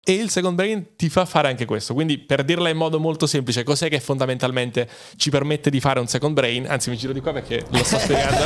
E il second brain ti fa fare anche questo. Quindi, per dirla in modo molto semplice, cos'è che fondamentalmente ci permette di fare un second brain? Anzi, mi giro di qua perché lo sto spiegando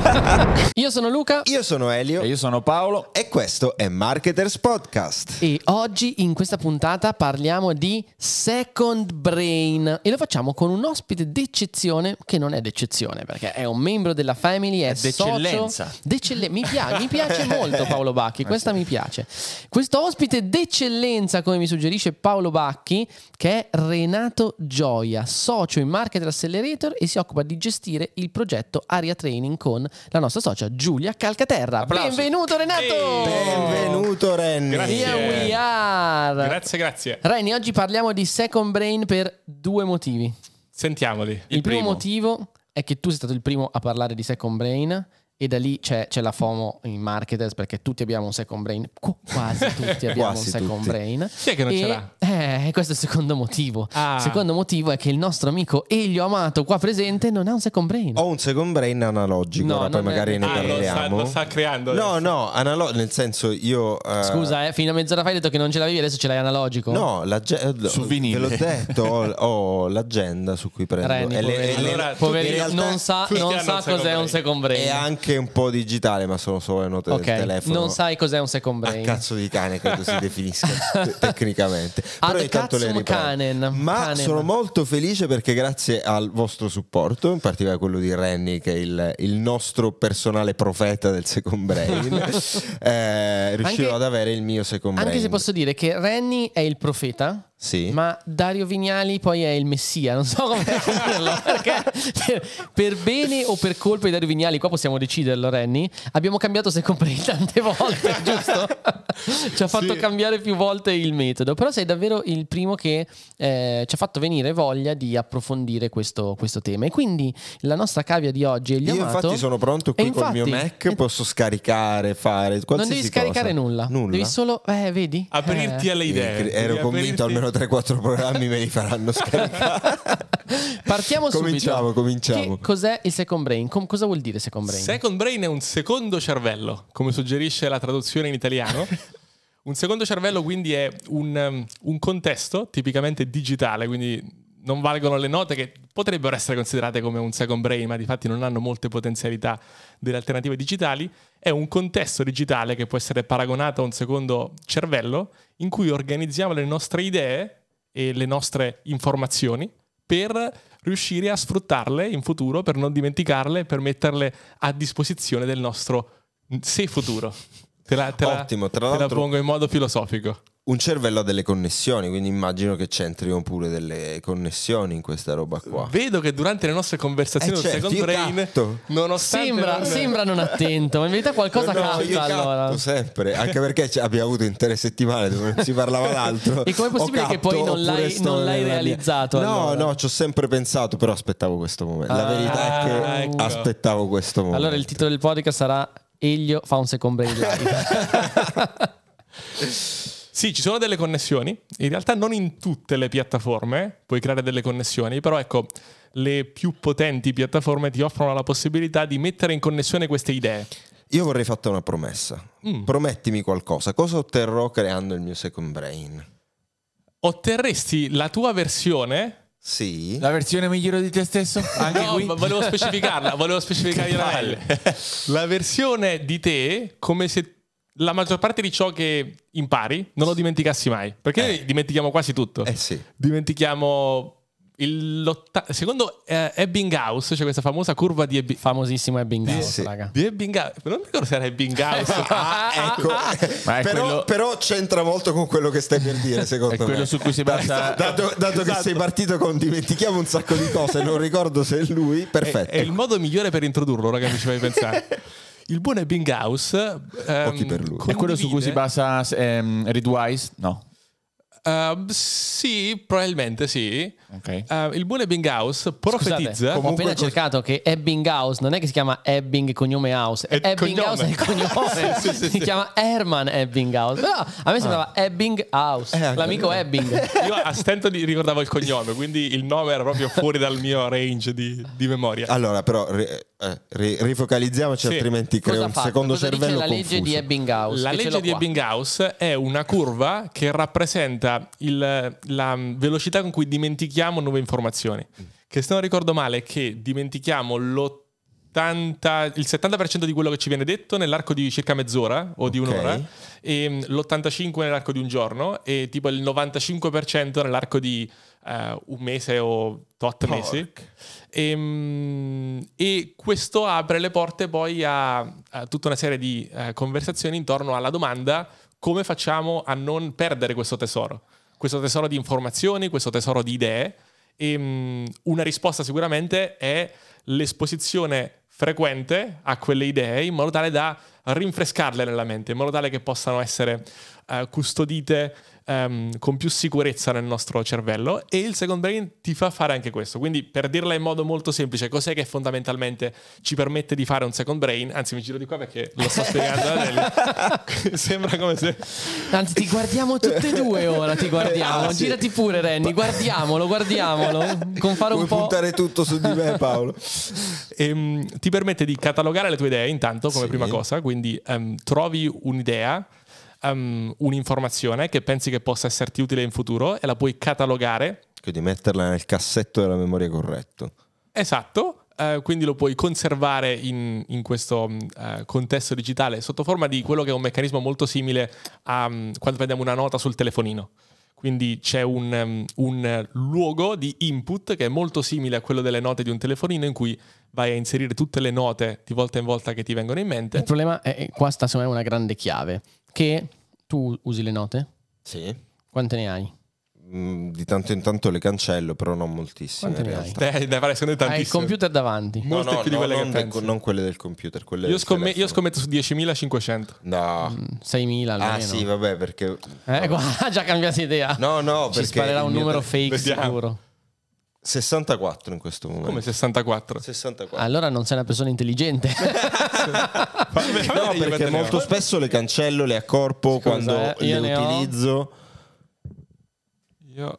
a Io sono Luca. Io sono Elio. E io sono Paolo. E questo è Marketers Podcast. E oggi in questa puntata parliamo di second brain. E lo facciamo con un ospite d'eccezione, che non è d'eccezione, perché è un membro della family, è d'eccellenza. Mi piace molto Paolo Bacchi, questa mi piace. Questo ospite d'eccellenza, come mi suggerisce Paolo Bacchi, che è Renato Gioia, socio in Marketer Accelerator e si occupa di gestire il progetto Aria Training con la nostra socia Giulia Calcaterra. Applausi. Benvenuto Renato! Benvenuto Renny. Grazie. Here we are. Grazie. Renny, oggi parliamo di second brain per due motivi. Sentiamoli. Il primo motivo è che tu sei stato il primo a parlare di second brain e da lì c'è la FOMO in marketers, perché tutti abbiamo un second brain, quasi tutti abbiamo Quasi un second tutti. brain. Chi è che non ce l'ha? Questo è il secondo motivo. Ah. Il secondo motivo è che il nostro amico Elio Amato qua presente non ha un second brain. Ho un second brain analogico, No, ora poi non è- magari ne parliamo. Lo sta creando. No, nel senso io... Scusa, fino a mezz'ora fa hai detto che non ce l'avevi, adesso ce l'hai analogico? No, Sul vinile. ve l'ho detto, ho l'agenda su cui prendo. Renny, E Allora, poverino, in realtà non sa tutti hanno un cos'è second un second brain. è anche un po' digitale, ma sono solo le note Ok, del telefono. non sai cos'è un second A brain. cazzo di cane credo si definisca tecnicamente. Però Ad intanto le cazzum riprendo. canen. Ma Canen. sono molto felice perché grazie al vostro supporto, in particolare quello di Renny, che è il nostro personale profeta del second brain, riuscirò ad avere il mio second brain. Anche se posso dire che Renny è il profeta, Sì. ma Dario Vignali poi è il messia, non so come dirlo, perché per bene o per colpa di Dario Vignali, qua possiamo deciderlo Renny, abbiamo cambiato second brain tante volte, giusto? Ci ha fatto cambiare più volte il metodo, però sei davvero il primo che ci ha fatto venire voglia di approfondire questo tema, e quindi la nostra cavia di oggi è gli Io Amato. infatti sono pronto qui E col mio infatti- Mac, posso scaricare, fare non qualsiasi devi scaricare cosa. nulla, devi solo, vedi? Aprirti alle idee. Ero Devi convinto aprirti- almeno 3-4 programmi me li faranno scaricare. Partiamo subito. Cominciamo. Che cos'è il second brain? Cosa vuol dire second brain? Second brain è un secondo cervello, come suggerisce la traduzione in italiano. Un secondo cervello quindi è un contesto tipicamente digitale, quindi non valgono le note che potrebbero essere considerate come un second brain, ma di fatti non hanno molte potenzialità delle alternative digitali. È un contesto digitale che può essere paragonato a un secondo cervello in cui organizziamo le nostre idee e le nostre informazioni per riuscire a sfruttarle in futuro, per non dimenticarle, per metterle a disposizione del nostro sé futuro. Ottimo, tra te la l'altro pongo in modo filosofico. un cervello ha delle connessioni, quindi immagino che c'entrino pure delle connessioni in questa roba qua. Vedo che durante le nostre conversazioni sul certo, second io brain, capto. nonostante Sembra non attento, ma in verità qualcosa No, capta io capto allora. sempre, anche perché abbiamo avuto intere settimane dove non si parlava d'altro. E com'è possibile O che poi non oppure l'hai sto nella mia- realizzato, No, allora? no, ci ho sempre pensato, però aspettavo questo momento. La verità è che ecco. aspettavo questo momento. Allora il titolo del podcast sarà Elio fa un second brain live. Sì, ci sono delle connessioni, in realtà non in tutte le piattaforme puoi creare delle connessioni, però ecco, le più potenti piattaforme ti offrono la possibilità di mettere in connessione queste idee. Io vorrei fare una promessa. Promettimi qualcosa. Cosa otterrò creando il mio second brain? Otterresti la tua versione. Sì. La versione migliore di te stesso? Anche No, qui? volevo specificarla meglio. La versione di te come se la maggior parte di ciò che impari non lo dimenticassi mai, perché noi dimentichiamo quasi tutto. Sì. Dimentichiamo secondo Ebbinghaus c'è questa famosa curva di Famosissimo Ebbinghaus, Sì. raga. di Ebbinghaus. Non mi ricordo se era Ebbinghaus. Ecco. Ma è quello- però c'entra molto con quello che stai per dire, secondo È me. quello su cui si basa. Dato che sei partito con dimentichiamo un sacco di cose, non ricordo se è lui, perfetto. È il modo migliore per introdurlo, raga, mi ci fai pensare. Il buon Ebbinghaus Occhi per lui. È quello su cui si basa Readwise? No. Sì, probabilmente sì. Ok. Il buon Ebbinghaus profetizza. Ho appena cercato che Ebbinghaus non è che si chiama Ebbing cognome House, È il Ebbinghaus è cognome. il cognome. Si chiama Herman Ebbinghaus. Però a me sembrava Ebbinghaus, l'amico Ebbing. Io a stento ricordavo il cognome, quindi il nome era proprio fuori dal mio range di memoria. Allora, però Rifocalizziamoci, Sì. altrimenti creo un secondo cervello la legge confuso. di Ebbinghaus? La Che ce legge l'ho di qua. Ebbinghaus è una curva che rappresenta la velocità con cui dimentichiamo nuove informazioni. Che se non ricordo male è che dimentichiamo il 70% di quello che ci viene detto nell'arco di circa mezz'ora o di un'ora, e l'85% nell'arco di un giorno e tipo il 95% nell'arco di un mese o 8 mesi. E questo apre le porte poi a tutta una serie di conversazioni intorno alla domanda: come facciamo a non perdere questo tesoro di informazioni, questo tesoro di idee? E una risposta sicuramente è l'esposizione frequente a quelle idee, in modo tale da rinfrescarle nella mente, in modo tale che possano essere custodite con più sicurezza nel nostro cervello. E il second brain ti fa fare anche questo. Quindi, per dirla in modo molto semplice, cos'è che fondamentalmente ci permette di fare un second brain? Anzi, mi giro di qua perché lo sto spiegando a Nelly. Sembra come se... Anzi, ti guardiamo tutte e due ora, ti guardiamo. Sì. Girati pure, Renny, guardiamolo. Con fare un Vuoi po'... puntare tutto su di me, Paolo? Ti permette di catalogare le tue idee intanto come Sì. prima cosa. Quindi trovi un'idea, un'informazione che pensi che possa esserti utile in futuro e la puoi catalogare. Quindi metterla nel cassetto della memoria corretto. Esatto. Quindi lo puoi conservare in questo contesto digitale sotto forma di quello che è un meccanismo molto simile a quando prendiamo una nota sul telefonino. Quindi c'è un luogo di input che è molto simile a quello delle note di un telefonino, in cui vai a inserire tutte le note di volta in volta che ti vengono in mente. Il problema è, qua sta secondo me una grande chiave, che tu usi le note? Sì. Quante ne hai? Di tanto in tanto le cancello, però non moltissime. Quante in ne hai? realtà. Ne pare secondo te Hai il tantissime. computer davanti. Molte più di quelle che non, pensi. non quelle del computer, quelle Io, del telefono. io scommetto su 10.500. No. 6.000 almeno. Ah sì, vabbè, perché... Guarda, già cambiato idea. No, Ci perché sparerà un il mio numero fake Vediamo. sicuro. 64 in questo momento. Come 64? 64. Allora non sei una persona intelligente. No, perché molto spesso le cancello, le accorpo quando io le ne ho. utilizzo. Io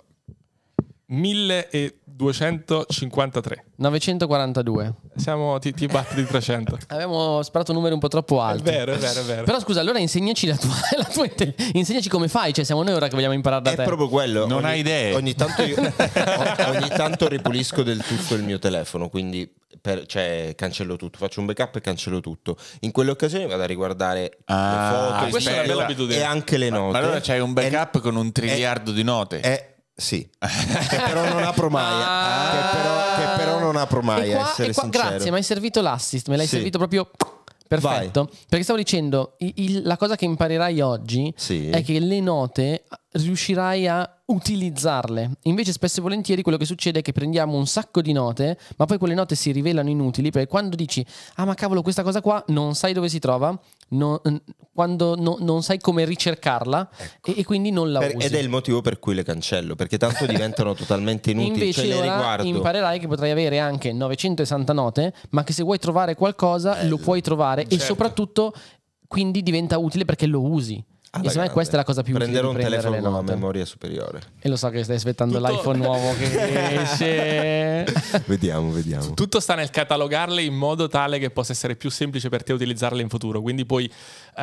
1253. 942. Ti batti di 300. Abbiamo sparato numeri un po' troppo È alti. vero, è vero, è vero. Però scusa, allora insegnaci la tua insegnaci come fai, cioè siamo noi ora che vogliamo imparare da È te. proprio quello. Non hai idee. Ogni tanto, ogni tanto ripulisco del tutto il mio telefono, quindi cancello tutto, faccio un backup e cancello tutto. In quelle occasioni vado a riguardare le foto, questa è una bella abitudine. e anche le note. Ma allora c'hai un backup con un triliardo di note. Sì, che però non apro mai. Che però non apro mai, E a qua, essere sincero. grazie, mi hai servito l'assist, me l'hai Sì. servito proprio perfetto. Perché stavo dicendo, la cosa che imparerai oggi Sì. è che le note riuscirai a utilizzarle. Invece spesso e volentieri quello che succede è che prendiamo un sacco di note, ma poi quelle note si rivelano inutili, perché quando dici ah ma cavolo questa cosa qua non sai dove si trova, quando non sai come ricercarla, e quindi non la usi. Ed è il motivo per cui le cancello, perché tanto diventano totalmente inutili. Invece le ora riguardo. imparerai che potrai avere anche 960 note, ma che se vuoi trovare qualcosa lo puoi trovare, e soprattutto quindi diventa utile perché lo usi. E secondo me questa è la cosa più utile di Prenderò un prendere telefono le con la note. memoria superiore. E lo so che stai aspettando Tutto- l'iPhone nuovo che esce. Vediamo. Tutto sta nel catalogarle in modo tale che possa essere più semplice per te utilizzarle in futuro. Quindi puoi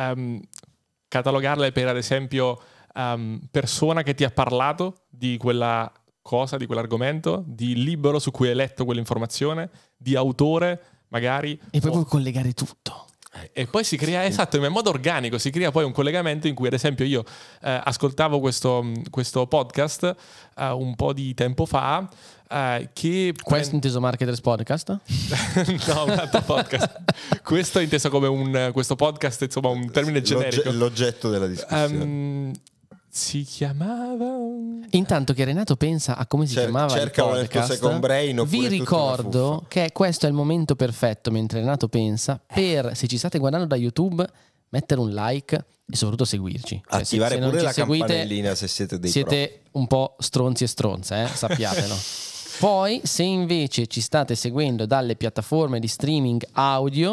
catalogarle per, ad esempio, persona che ti ha parlato di quella cosa, di quell'argomento, di libro su cui hai letto quell'informazione, di autore magari. E poi puoi collegare tutto. E poi si crea, esatto, in modo organico, si crea poi un collegamento in cui, ad esempio, io ascoltavo questo podcast un po' di tempo fa, che... Questo inteso Marketers Podcast? No, un altro podcast. Questo è inteso come questo podcast, insomma, un termine generico. L'oggetto della discussione. Si chiamava... Intanto che Renato pensa a come si chiamava il cercalo nel tuo podcast, second brain, oppure vi è tutta una ricordo fuffa. che questo è il momento perfetto, mentre Renato pensa, per, se ci state guardando da YouTube, mettere un like e soprattutto seguirci. Cioè, Attivare se non pure ci la seguite, campanellina se siete dei siete un po' stronzi e stronze, sappiatelo. Poi, se invece ci state seguendo dalle piattaforme di streaming audio,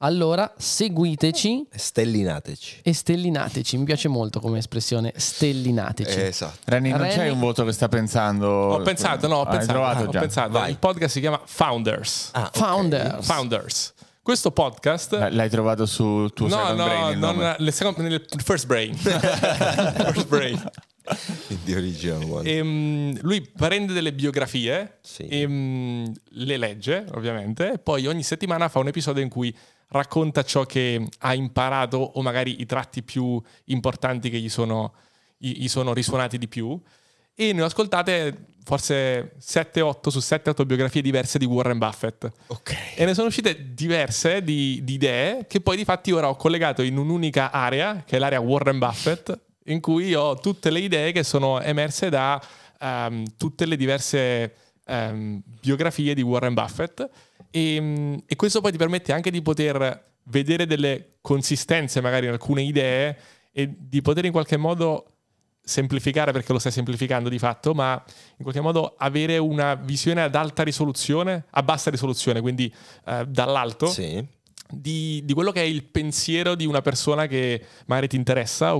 allora seguiteci Stellinateci. e stellinateci. Mi piace molto come espressione, stellinateci. Esatto. Renny, non Renny- c'hai un voto che sta pensando? Ho pensato, no, ho Hai pensato. trovato Ho già? pensato. Vai. Il podcast si chiama Founders. Ah, ok. Founders. Questo podcast... L'hai trovato sul tuo second brain il nome? nel first brain. First brain. Di original one. Lui prende delle biografie Sì. e le legge, ovviamente, e poi ogni settimana fa un episodio in cui racconta ciò che ha imparato o magari i tratti più importanti che gli sono risuonati di più. E ne ho ascoltate forse 7-8 su 7-8 biografie diverse di Warren Buffett. Ok. E ne sono uscite diverse di idee che poi di fatti ora ho collegato in un'unica area, che è l'area Warren Buffett, in cui ho tutte le idee che sono emerse da tutte le diverse biografie di Warren Buffett e questo poi ti permette anche di poter vedere delle consistenze magari in alcune idee e di poter in qualche modo semplificare, perché lo stai semplificando di fatto, ma in qualche modo avere una visione ad alta risoluzione, a bassa risoluzione, quindi dall'alto. Sì. Di quello che è il pensiero di una persona che magari ti interessa o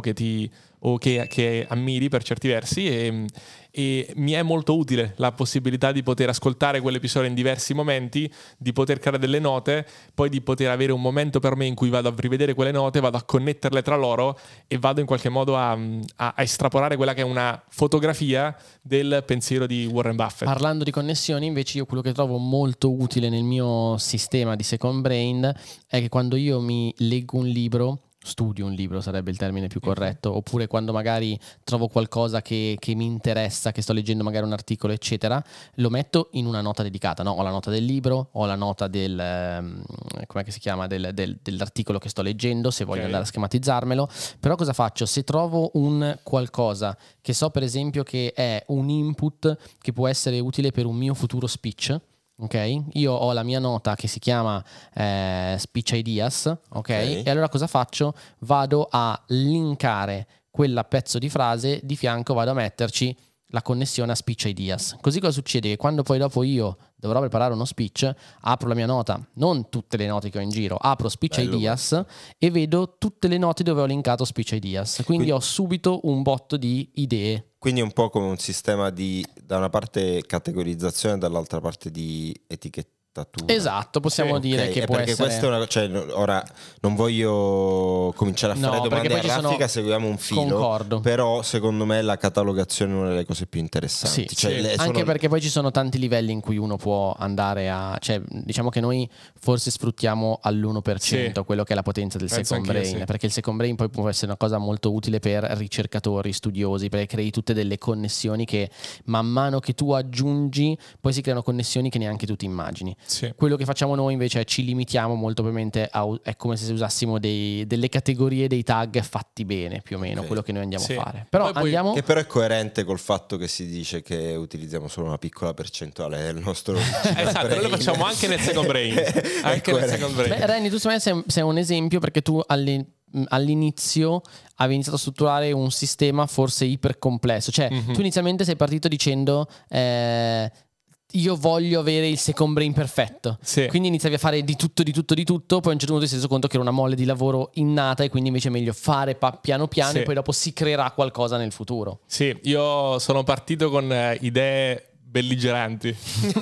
che ammiri per certi versi e mi è molto utile la possibilità di poter ascoltare quell'episodio in diversi momenti, di poter creare delle note, poi di poter avere un momento per me in cui vado a rivedere quelle note, vado a connetterle tra loro e vado in qualche modo a estrapolare quella che è una fotografia del pensiero di Warren Buffett. Parlando di connessioni, invece, io quello che trovo molto utile nel mio sistema di Second Brain è che quando io mi leggo un libro, studio un libro sarebbe il termine più corretto, oppure quando magari trovo qualcosa che mi interessa, che sto leggendo magari un articolo eccetera, lo metto in una nota dedicata, no? Ho la nota del libro, ho la nota del com'è che si chiama, dell'articolo che sto leggendo, se voglio andare a schematizzarmelo. Però cosa faccio? Se trovo un qualcosa che so per esempio che è un input che può essere utile per un mio futuro speech, ok? Io ho la mia nota che si chiama Speech Ideas, ok? E allora cosa faccio? Vado a linkare quella pezzo di frase, di fianco vado a metterci la connessione a Speech Ideas. Così cosa succede? Che quando poi dopo io dovrò preparare uno speech, apro la mia nota, non tutte le note che ho in giro, apro Speech Ideas e vedo tutte le note dove ho linkato Speech Ideas. Quindi ho subito un botto di idee. Quindi è un po' come un sistema di, da una parte categorizzazione, dall'altra parte di etichettatura. Esatto, possiamo dire che può perché essere... questa è una, cioè, ora non voglio cominciare a fare domande a raffica, seguiamo un filo. Concordo. Però secondo me la catalogazione è una delle cose più interessanti. Sì, cioè, anche perché poi ci sono tanti livelli in cui uno può andare a... Cioè, diciamo che noi forse sfruttiamo all'1% quello che è la potenza del second brain, perché il second brain poi può essere una cosa molto utile per ricercatori, studiosi, perché crei tutte delle connessioni che man mano che tu aggiungi poi si creano connessioni che neanche tu ti immagini. Sì. Quello che facciamo noi invece è ci limitiamo molto probabilmente è come se usassimo delle categorie, dei tag fatti bene, più o meno quello che noi andiamo a fare. Però andiamo... Che però è coerente col fatto che si dice che utilizziamo solo una piccola percentuale del nostro esatto, noi lo facciamo anche nel second brain. Anche nel second brain. Beh, Renny, tu sei un esempio, perché tu all'inizio avevi iniziato a strutturare un sistema forse ipercomplesso. Cioè tu inizialmente sei partito dicendo io voglio avere il second brain perfetto, quindi iniziavi a fare di tutto, poi a un certo punto ti sei reso conto che era una mole di lavoro innata e quindi invece è meglio fare piano piano e poi dopo si creerà qualcosa nel futuro. Sì, io sono partito con idee belligeranti.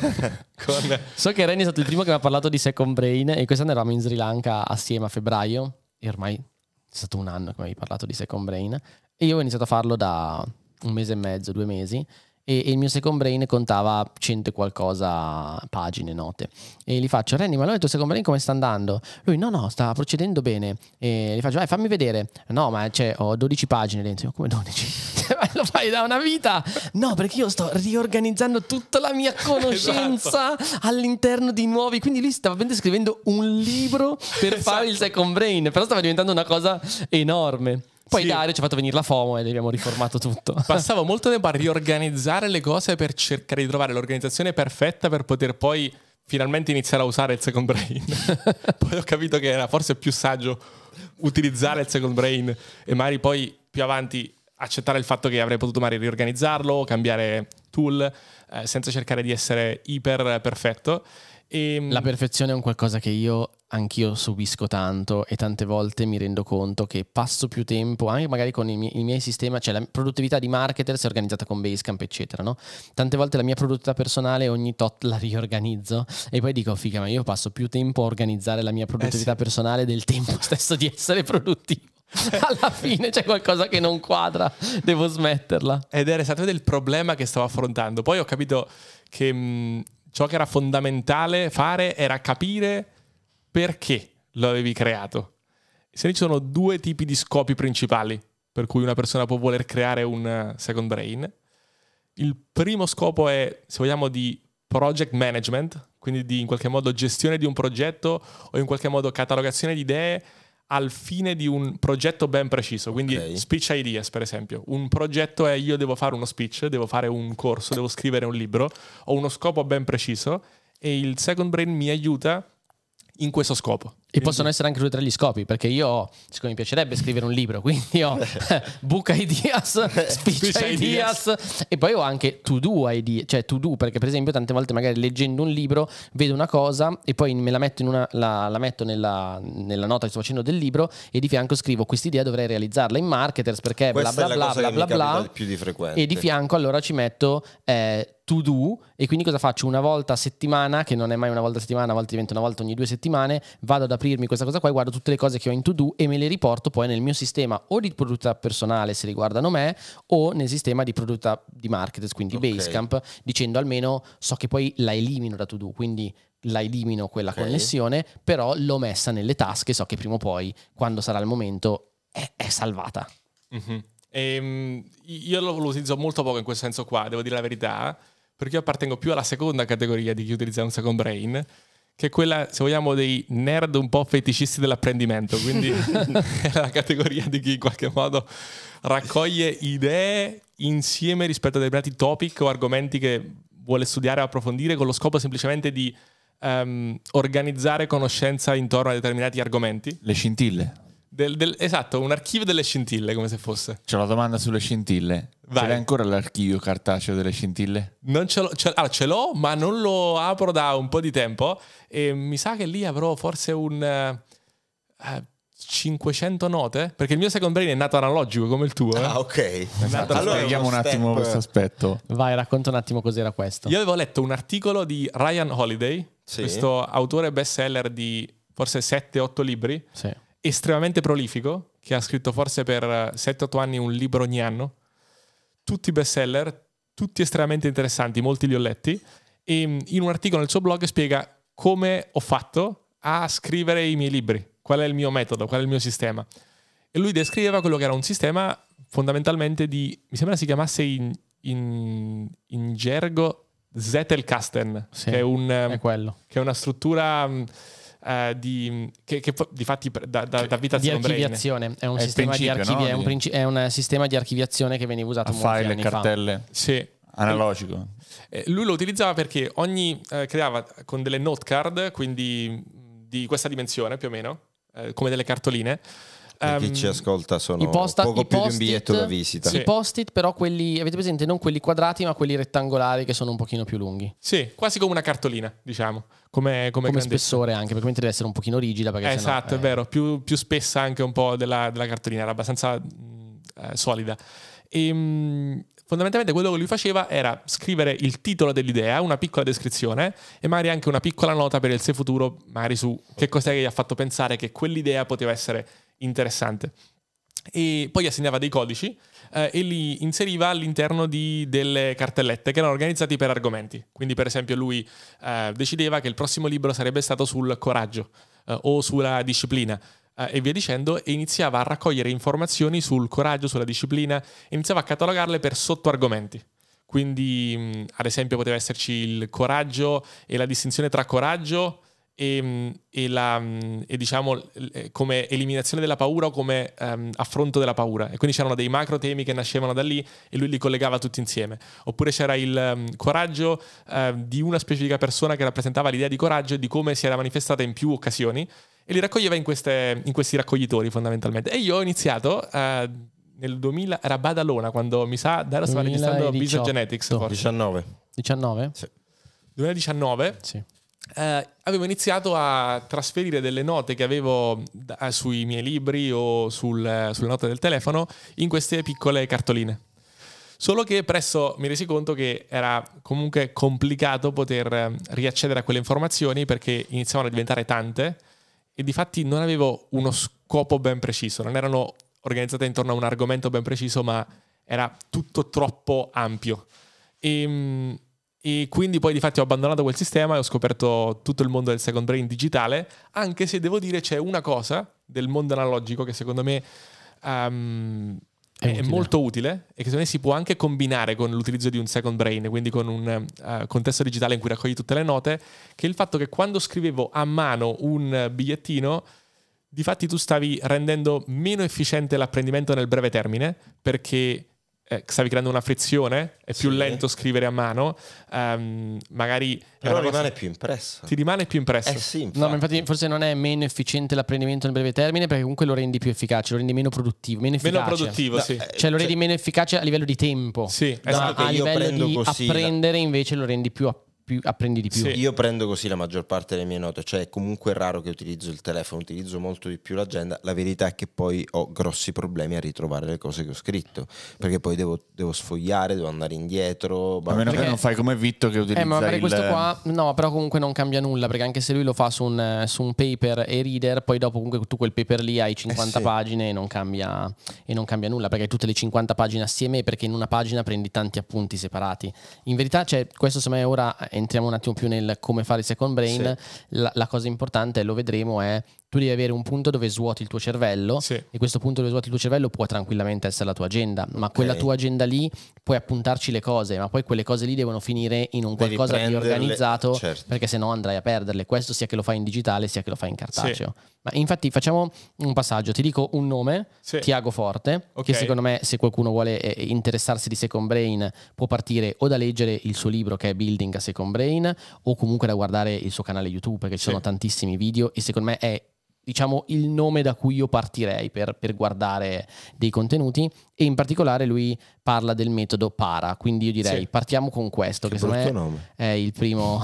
So che Renny è stato il primo che mi ha parlato di second brain e quest'anno eravamo in Sri Lanka assieme a febbraio e ormai è stato un anno che mi hai parlato di second brain e io ho iniziato a farlo da 1 mese e mezzo, 2 mesi. E il mio second brain contava 100 e qualcosa pagine, note. E gli faccio: Renny, ma allora il tuo second brain come sta andando? Lui: no, sta procedendo bene. E gli faccio: fammi vedere. No, ma ho 12 pagine dentro. Io: come 12? Lo fai da una vita? No, perché io sto riorganizzando tutta la mia conoscenza all'interno di nuovi. Quindi lui stava scrivendo un libro per fare il second brain, però stava diventando una cosa enorme. Poi Dario ci ha fatto venire la FOMO e abbiamo riformato tutto. Passavo molto tempo a riorganizzare le cose per cercare di trovare l'organizzazione perfetta per poter poi finalmente iniziare a usare il second brain. Poi ho capito che era forse più saggio utilizzare il second brain e magari poi più avanti accettare il fatto che avrei potuto magari riorganizzarlo, cambiare tool, senza cercare di essere iper perfetto. La perfezione è un qualcosa che io anch'io subisco tanto e tante volte mi rendo conto che passo più tempo anche magari con i miei sistemi, cioè la produttività di marketer si è organizzata con Basecamp eccetera, no? Tante volte la mia produttività personale ogni tot la riorganizzo e poi dico figa, ma io passo più tempo a organizzare la mia produttività personale del tempo stesso di essere produttivo. Alla fine c'è qualcosa che non quadra, devo smetterla. Ed era esattamente il problema che stavo affrontando. Poi ho capito che ciò che era fondamentale fare era capire perché lo avevi creato. Se ne ci sono due tipi di scopi principali per cui una persona può voler creare un second brain. Il primo scopo è, se vogliamo, di project management, quindi di in qualche modo gestione di un progetto o in qualche modo catalogazione di idee al fine di un progetto ben preciso. Quindi speech ideas, per esempio. Un progetto è: io devo fare uno speech, devo fare un corso, devo scrivere un libro, ho uno scopo ben preciso e il second brain mi aiuta in questo scopo. E possono essere anche due tra gli scopi, perché io ho, siccome mi piacerebbe scrivere un libro, quindi ho book ideas, speech ideas e poi ho anche to do idea, cioè to do, perché per esempio tante volte magari leggendo un libro vedo una cosa e poi me la metto la metto nella nota che sto facendo del libro e di fianco scrivo quest'idea dovrei realizzarla in marketers perché bla bla bla bla bla bla, più di frequente. e di fianco allora ci metto to do, e quindi cosa faccio? Una volta a settimana, che non è mai una volta a settimana, a volte diventa una volta ogni 2 settimane, vado ad aprirmi questa cosa qua e guardo tutte le cose che ho in to do e me le riporto poi nel mio sistema o di produttività personale se riguardano me o nel sistema di produttività di marketers, quindi Basecamp, dicendo almeno so che poi la elimino da to do, quindi la elimino quella connessione, però l'ho messa nelle task e so che prima o poi, quando sarà il momento, è salvata. Io lo utilizzo molto poco in questo senso qua, devo dire la verità, perché io appartengo più alla seconda categoria di chi utilizza un second brain, che è quella, se vogliamo, dei nerd un po' feticisti dell'apprendimento. Quindi è la categoria di chi in qualche modo raccoglie idee insieme rispetto a determinati topic o argomenti che vuole studiare o approfondire, con lo scopo semplicemente di organizzare conoscenza intorno a determinati argomenti. Le scintille. Esatto, un archivio delle scintille, come se fosse. C'ho la domanda sulle scintille. Vai. Ce l'hai ancora l'archivio cartaceo delle scintille? Non ce l'ho, ce l'ho, ma non lo apro da un po' di tempo e mi sa che lì avrò forse un 500 note, perché il mio second brain è nato analogico come il tuo. Ah, ok. Allora vediamo un attimo questo aspetto. Vai, racconta un attimo cos'era questo. Io avevo letto un articolo di Ryan Holiday, questo autore bestseller di forse 7-8 libri, estremamente prolifico, che ha scritto forse per 7-8 anni un libro ogni anno, tutti bestseller, tutti estremamente interessanti, molti li ho letti, e in un articolo nel suo blog spiega come ho fatto a scrivere i miei libri, qual è il mio metodo, qual è il mio sistema. E lui descriveva quello che era un sistema fondamentalmente di, mi sembra si chiamasse in gergo Zettelkasten, che è quello. Che è una struttura di fatti da vita di archiviazione, è un sistema di è un sistema di archiviazione che veniva usato molti file anni e cartelle. fa. Sì. Analogico. Lui lo utilizzava perché creava con delle note card, quindi di questa dimensione più o meno, come delle cartoline. Chi ci ascolta sono poco più di un biglietto da visita. I post-it, però quelli, avete presente, non quelli quadrati ma quelli rettangolari che sono un pochino più lunghi. Sì, quasi come una cartolina, diciamo, come spessore anche, perché deve essere un pochino rigida, perché esatto, è vero, più spessa anche un po' della cartolina, era abbastanza solida. E fondamentalmente quello che lui faceva era scrivere il titolo dell'idea, una piccola descrizione e magari anche una piccola nota per il sé futuro, magari su che cos'è che gli ha fatto pensare che quell'idea poteva essere interessante. E poi assegnava dei codici e li inseriva all'interno di delle cartellette che erano organizzati per argomenti. Quindi per esempio lui decideva che il prossimo libro sarebbe stato sul coraggio o sulla disciplina e via dicendo, e iniziava a raccogliere informazioni sul coraggio, sulla disciplina, e iniziava a catalogarle per sottoargomenti. Quindi ad esempio poteva esserci il coraggio e la distinzione tra coraggio e diciamo come eliminazione della paura o come affronto della paura, e quindi c'erano dei macro temi che nascevano da lì e lui li collegava tutti insieme. Oppure c'era il coraggio di una specifica persona che rappresentava l'idea di coraggio e di come si era manifestata in più occasioni, e li raccoglieva in questi raccoglitori fondamentalmente. E io ho iniziato nel 2000, era Badalona, quando mi sa Dara stava registrando Visa Genetics, forse 19? Sì. 2019? Sì. avevo iniziato a trasferire delle note che avevo sui miei libri o sulle note del telefono in queste piccole cartoline. Solo che presto mi resi conto che era comunque complicato poter riaccedere a quelle informazioni perché iniziavano a diventare tante e difatti non avevo uno scopo ben preciso, non erano organizzate intorno a un argomento ben preciso, ma era tutto troppo ampio. E quindi poi difatti ho abbandonato quel sistema e ho scoperto tutto il mondo del second brain digitale, anche se devo dire c'è una cosa del mondo analogico che secondo me è molto utile e che secondo me si può anche combinare con l'utilizzo di un second brain, quindi con un contesto digitale in cui raccogli tutte le note, che è il fatto che quando scrivevo a mano un bigliettino, difatti tu stavi rendendo meno efficiente l'apprendimento nel breve termine, perché stavi creando una frizione, è più lento scrivere a mano, magari però rimane più impresso. Ti rimane più impresso. Sì, infatti. No, ma infatti forse non è meno efficiente l'apprendimento nel breve termine, perché comunque lo rendi più efficace, lo rendi meno produttivo, meno efficace. Meno produttivo, No, sì. Cioè lo rendi meno efficace a livello di tempo. Sì, Ma esatto. a Io livello prendo di così apprendere invece lo rendi più apprendi di più. Sì. Io prendo così la maggior parte delle mie note, cioè è comunque raro che utilizzo il telefono, utilizzo molto di più l'agenda. La verità è che poi ho grossi problemi a ritrovare le cose che ho scritto, perché poi devo sfogliare, devo andare indietro. A meno che non fai come Vitto che utilizza ma magari questo qua no, però comunque non cambia nulla, perché anche se lui lo fa su un paper e reader, poi dopo comunque tu quel paper lì hai 50 sì. pagine e non cambia nulla, perché hai tutte le 50 pagine assieme, perché in una pagina prendi tanti appunti separati. In verità, cioè, questo secondo me ora entriamo un attimo più nel come fare il second brain. La cosa importante, lo vedremo, è tu devi avere un punto dove svuoti il tuo cervello, e questo punto dove svuoti il tuo cervello può tranquillamente essere la tua agenda, ma quella tua agenda lì puoi appuntarci le cose, ma poi quelle cose lì devono finire in un qualcosa di organizzato, perché se no andrai a perderle, questo sia che lo fai in digitale sia che lo fai in cartaceo. Ma infatti facciamo un passaggio, ti dico un nome, Tiago Forte, che secondo me, se qualcuno vuole interessarsi di second brain, può partire o da leggere il suo libro che è Building a Second Brain, o comunque da guardare il suo canale YouTube, perché ci sono tantissimi video, e secondo me è, diciamo, il nome da cui io partirei per guardare dei contenuti. E in particolare lui parla del metodo PARA, quindi io direi partiamo con questo, che secondo me nome. è il primo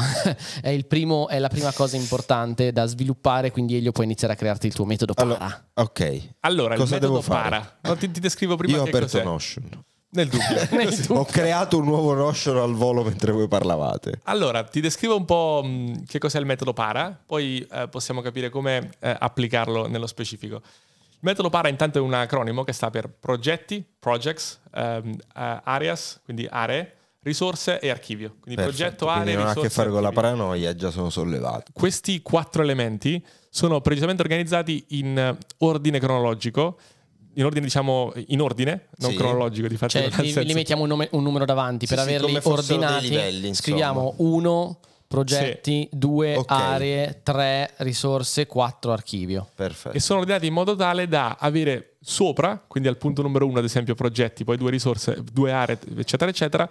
è la prima cosa importante da sviluppare, quindi Elio puoi iniziare a crearti il tuo metodo PARA. Allora, cosa il metodo devo fare? PARA. No, ti descrivo prima. Io ho che aperto cos'è. Notion. Nel dubbio. Ho creato un nuovo Notion al volo mentre voi parlavate. Allora, ti descrivo un po' che cos'è il metodo PARA, poi possiamo capire come applicarlo nello specifico. Il metodo PARA intanto è un acronimo che sta per progetti, projects, areas, quindi aree, risorse e archivio. Quindi progetto, aree, quindi non risorse, ha a che fare con la archivio. paranoia, già sono sollevato. Questi 4 elementi sono precisamente organizzati in ordine cronologico, in ordine, diciamo, in ordine, non cronologico, di fatto. Cioè, li mettiamo un numero davanti per averli come fossero dei ordinati. livelli, scriviamo 1 progetti, 2 aree, 3 risorse, 4 archivio. Perfetto. E sono ordinati in modo tale da avere sopra, quindi al punto numero 1 ad esempio progetti, poi 2 risorse, 2 aree, eccetera eccetera,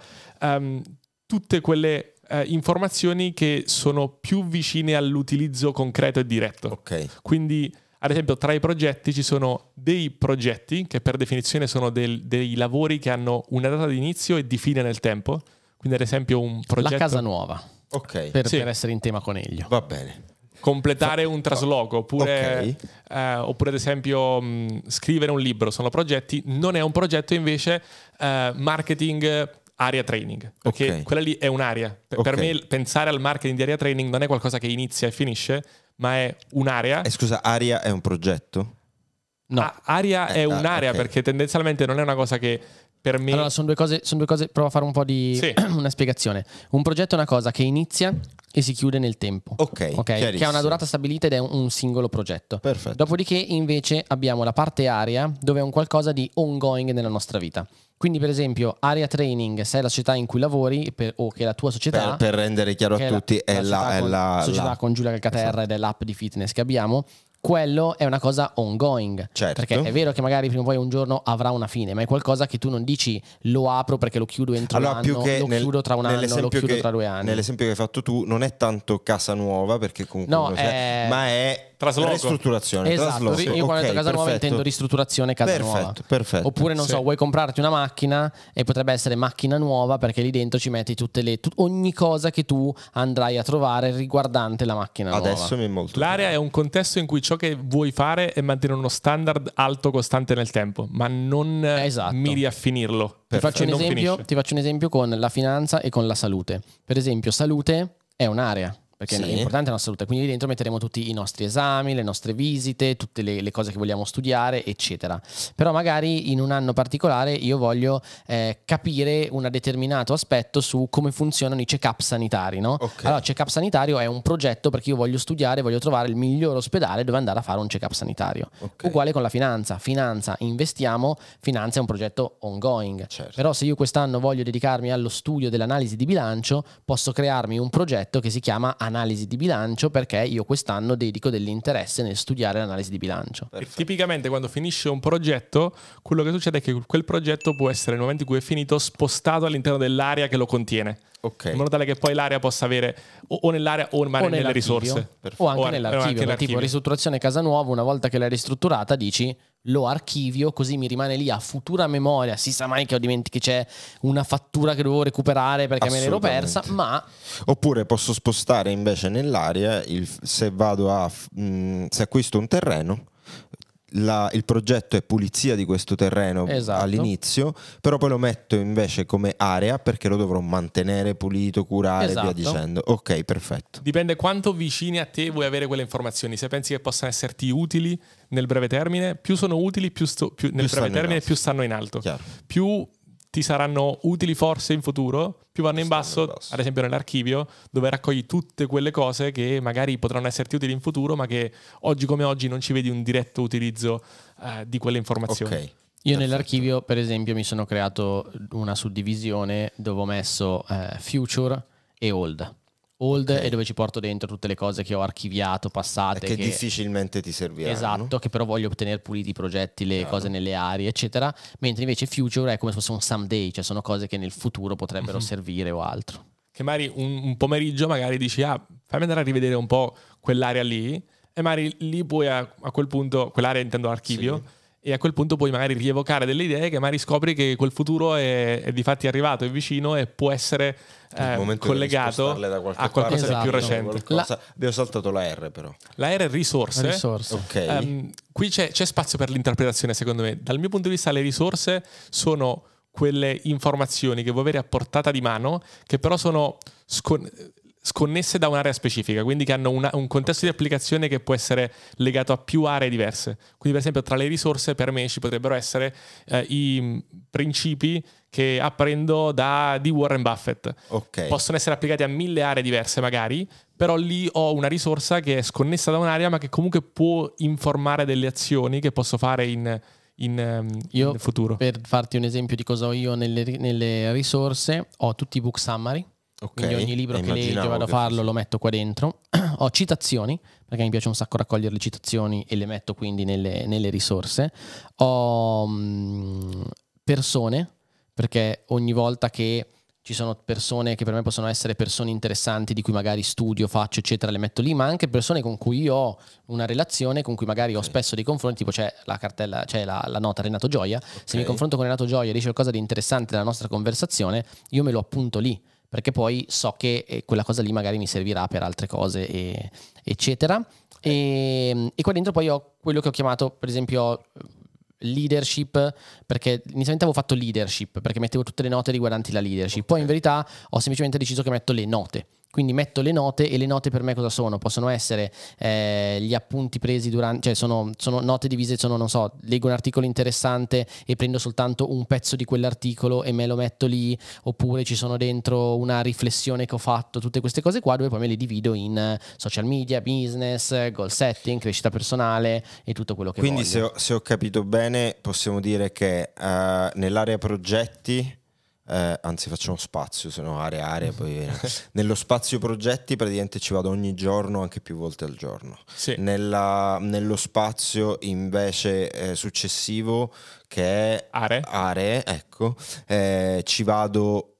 tutte quelle informazioni che sono più vicine all'utilizzo concreto e diretto. Quindi ad esempio tra i progetti ci sono dei progetti che per definizione sono dei lavori che hanno una data di inizio e di fine nel tempo. Quindi ad esempio un progetto... La casa nuova. Per essere in tema coniglio. Va bene. Completare un trasloco oppure ad esempio scrivere un libro sono progetti. Non è un progetto invece marketing area training, perché quella lì è un'area. Per me pensare al marketing di area training non è qualcosa che inizia e finisce, ma è un'area. Scusa, area è un progetto? No, area è un'area perché tendenzialmente non è una cosa che per me... Allora, sono due cose, provo a fare un po' di una spiegazione. Un progetto è una cosa che inizia e si chiude nel tempo, che ha una durata stabilita ed è un singolo progetto. Perfetto. Dopodiché invece abbiamo la parte area, dove è un qualcosa di ongoing nella nostra vita. Quindi per esempio area training, se è la società in cui lavori o che è la tua società, per rendere chiaro a tutti, è la società con Giulia Calcaterra ed è l'app di fitness che abbiamo. Quello è una cosa ongoing, perché è vero che magari prima o poi un giorno avrà una fine, ma è qualcosa che tu non dici lo apro perché lo chiudo entro un anno, chiudo tra un anno, lo chiudo tra 2 anni. Nell'esempio che hai fatto tu non è tanto casa nuova, perché comunque ma è trasloco. Ristrutturazione, Esatto, trasloco. io quando ho detto casa nuova intendo ristrutturazione casa nuova. Perfetto. Oppure non so, vuoi comprarti una macchina e potrebbe essere macchina nuova perché lì dentro ci metti ogni cosa che tu andrai a trovare riguardante la macchina nuova. Adesso mi è molto L'area è un contesto in cui ciò che vuoi fare è mantenere uno standard alto costante nel tempo, ma non miri a finirlo. Ti faccio un esempio con la finanza e con la salute. Per esempio, salute è un'area, perché è importante la nostra salute, quindi lì dentro metteremo tutti i nostri esami, le nostre visite, tutte le cose che vogliamo studiare, eccetera. Però magari in un anno particolare io voglio capire un determinato aspetto su come funzionano i check-up sanitari, no? Allora, check-up sanitario è un progetto perché io voglio studiare, voglio trovare il miglior ospedale dove andare a fare un check-up sanitario. Uguale con la finanza, investiamo, finanza è un progetto ongoing. Però se io quest'anno voglio dedicarmi allo studio dell'analisi di bilancio, posso crearmi un progetto che si chiama analisi di bilancio perché io quest'anno dedico dell'interesse nel studiare l'analisi di bilancio. Tipicamente quando finisce un progetto, quello che succede è che quel progetto può essere nel momento in cui è finito spostato all'interno dell'area che lo contiene. In modo tale che poi l'area possa avere o nell'area o nelle risorse. O anche nell'archivio. Tipo ristrutturazione casa nuova, una volta che l'hai ristrutturata dici lo archivio, così mi rimane lì a futura memoria. Si sa mai che c'è una fattura che devo recuperare perché me l'ero persa, ma... Oppure posso spostare invece nell'area se acquisto un terreno. Il progetto è pulizia di questo terreno all'inizio, però poi lo metto invece come area perché lo dovrò mantenere pulito, curare e via dicendo. Ok, perfetto. Dipende quanto vicini a te vuoi avere quelle informazioni. Se pensi che possano esserti utili nel breve termine, più sono utili, più nel breve termine, più stanno in alto. Chiaro. Più ti saranno utili forse in futuro, più vanno in basso, ad esempio nell'archivio, dove raccogli tutte quelle cose che magari potranno esserti utili in futuro, ma che oggi come oggi non ci vedi un diretto utilizzo di quelle informazioni. Io nell'archivio, per esempio, mi sono creato una suddivisione dove ho messo future e old. È dove ci porto dentro tutte le cose che ho archiviato, passate. Che difficilmente ti serviranno. Esatto, che però voglio ottenere puliti i progetti, le cose nelle aree, eccetera. Mentre invece future è come se fosse un someday, cioè sono cose che nel futuro potrebbero servire o altro. Che magari un pomeriggio magari dici, fammi andare a rivedere un po' quell'area lì, e magari lì puoi a quel punto, quell'area intendo l'archivio, e a quel punto puoi magari rievocare delle idee che magari scopri che quel futuro è di fatti arrivato, è vicino e può essere collegato a qualcosa di più recente. Abbiamo saltato la R però. La R è risorse. Qui c'è spazio per l'interpretazione secondo me. Dal mio punto di vista le risorse sono quelle informazioni che vuoi avere a portata di mano, che però sono sconnesse da un'area specifica, quindi che hanno un contesto di applicazione che può essere legato a più aree diverse. Quindi per esempio tra le risorse per me ci potrebbero essere i principi che apprendo di Warren Buffett. Possono essere applicati a 1000 aree diverse magari, però lì ho una risorsa che è sconnessa da un'area ma che comunque può informare delle azioni che posso fare in futuro. Per farti un esempio di cosa ho io nelle risorse, ho tutti i book summary. Quindi ogni libro che leggo e vado a farlo lo metto qua dentro. Ho citazioni, perché mi piace un sacco raccogliere le citazioni e le metto quindi nelle risorse. Ho persone, perché ogni volta che ci sono persone che per me possono essere persone interessanti di cui magari studio, faccio eccetera, le metto lì, ma anche persone con cui io ho una relazione, con cui magari ho spesso dei confronti, tipo c'è la cartella, c'è la nota Renato Gioia. Se mi confronto con Renato Gioia e dice qualcosa di interessante della nostra conversazione, io me lo appunto lì, perché poi so che quella cosa lì magari mi servirà per altre cose, eccetera. E qua dentro poi ho quello che ho chiamato, per esempio, leadership, perché inizialmente avevo fatto leadership, perché mettevo tutte le note riguardanti la leadership. Poi in verità ho semplicemente deciso che metto le note. Quindi metto le note, e le note per me cosa sono? Possono essere gli appunti presi durante, cioè sono note divise, non so, leggo un articolo interessante e prendo soltanto un pezzo di quell'articolo e me lo metto lì, oppure ci sono dentro una riflessione che ho fatto, tutte queste cose qua, dove poi me le divido in social media, business, goal setting, crescita personale e tutto quello che Quindi voglio. se ho capito bene, possiamo dire che nell'area progetti, anzi facciamo spazio, se no area poi nello spazio progetti praticamente ci vado ogni giorno, anche più volte al giorno. Nello spazio invece successivo, che è aree, ecco, ci vado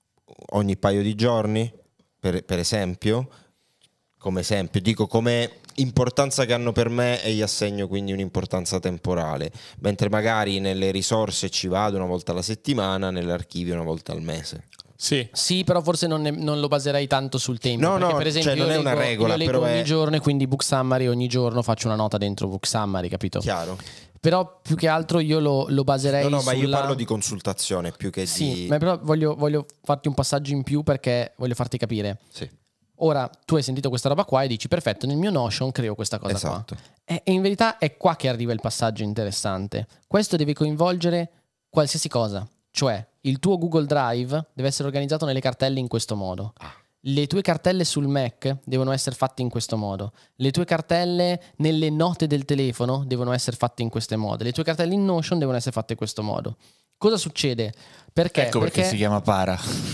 ogni paio di giorni, per esempio, come esempio, dico come importanza che hanno per me e gli assegno quindi un'importanza temporale, mentre magari nelle risorse ci vado una volta alla settimana, nell'archivio una volta al mese. Sì, però forse non lo baserei tanto sul tempo. No, perché no, per esempio cioè non è una regola, io leggo però ogni è... giorno e quindi Book Summary ogni giorno faccio una nota dentro Book Summary, capito? Chiaro. Però più che altro io lo baserei No, ma io sulla... parlo di consultazione più che Sì, di... ma però voglio farti un passaggio in più perché voglio farti capire. Sì. Ora, tu hai sentito questa roba qua e dici, perfetto, nel mio Notion creo questa cosa Esatto. qua. E in verità è qua che arriva il passaggio interessante. Questo deve coinvolgere qualsiasi cosa. Cioè, il tuo Google Drive deve essere organizzato nelle cartelle in questo modo. Le tue cartelle sul Mac devono essere fatte in questo modo. Le tue cartelle nelle note del telefono devono essere fatte in questo modo. Le tue cartelle in Notion devono essere fatte in questo modo. Cosa succede? Perché si chiama para.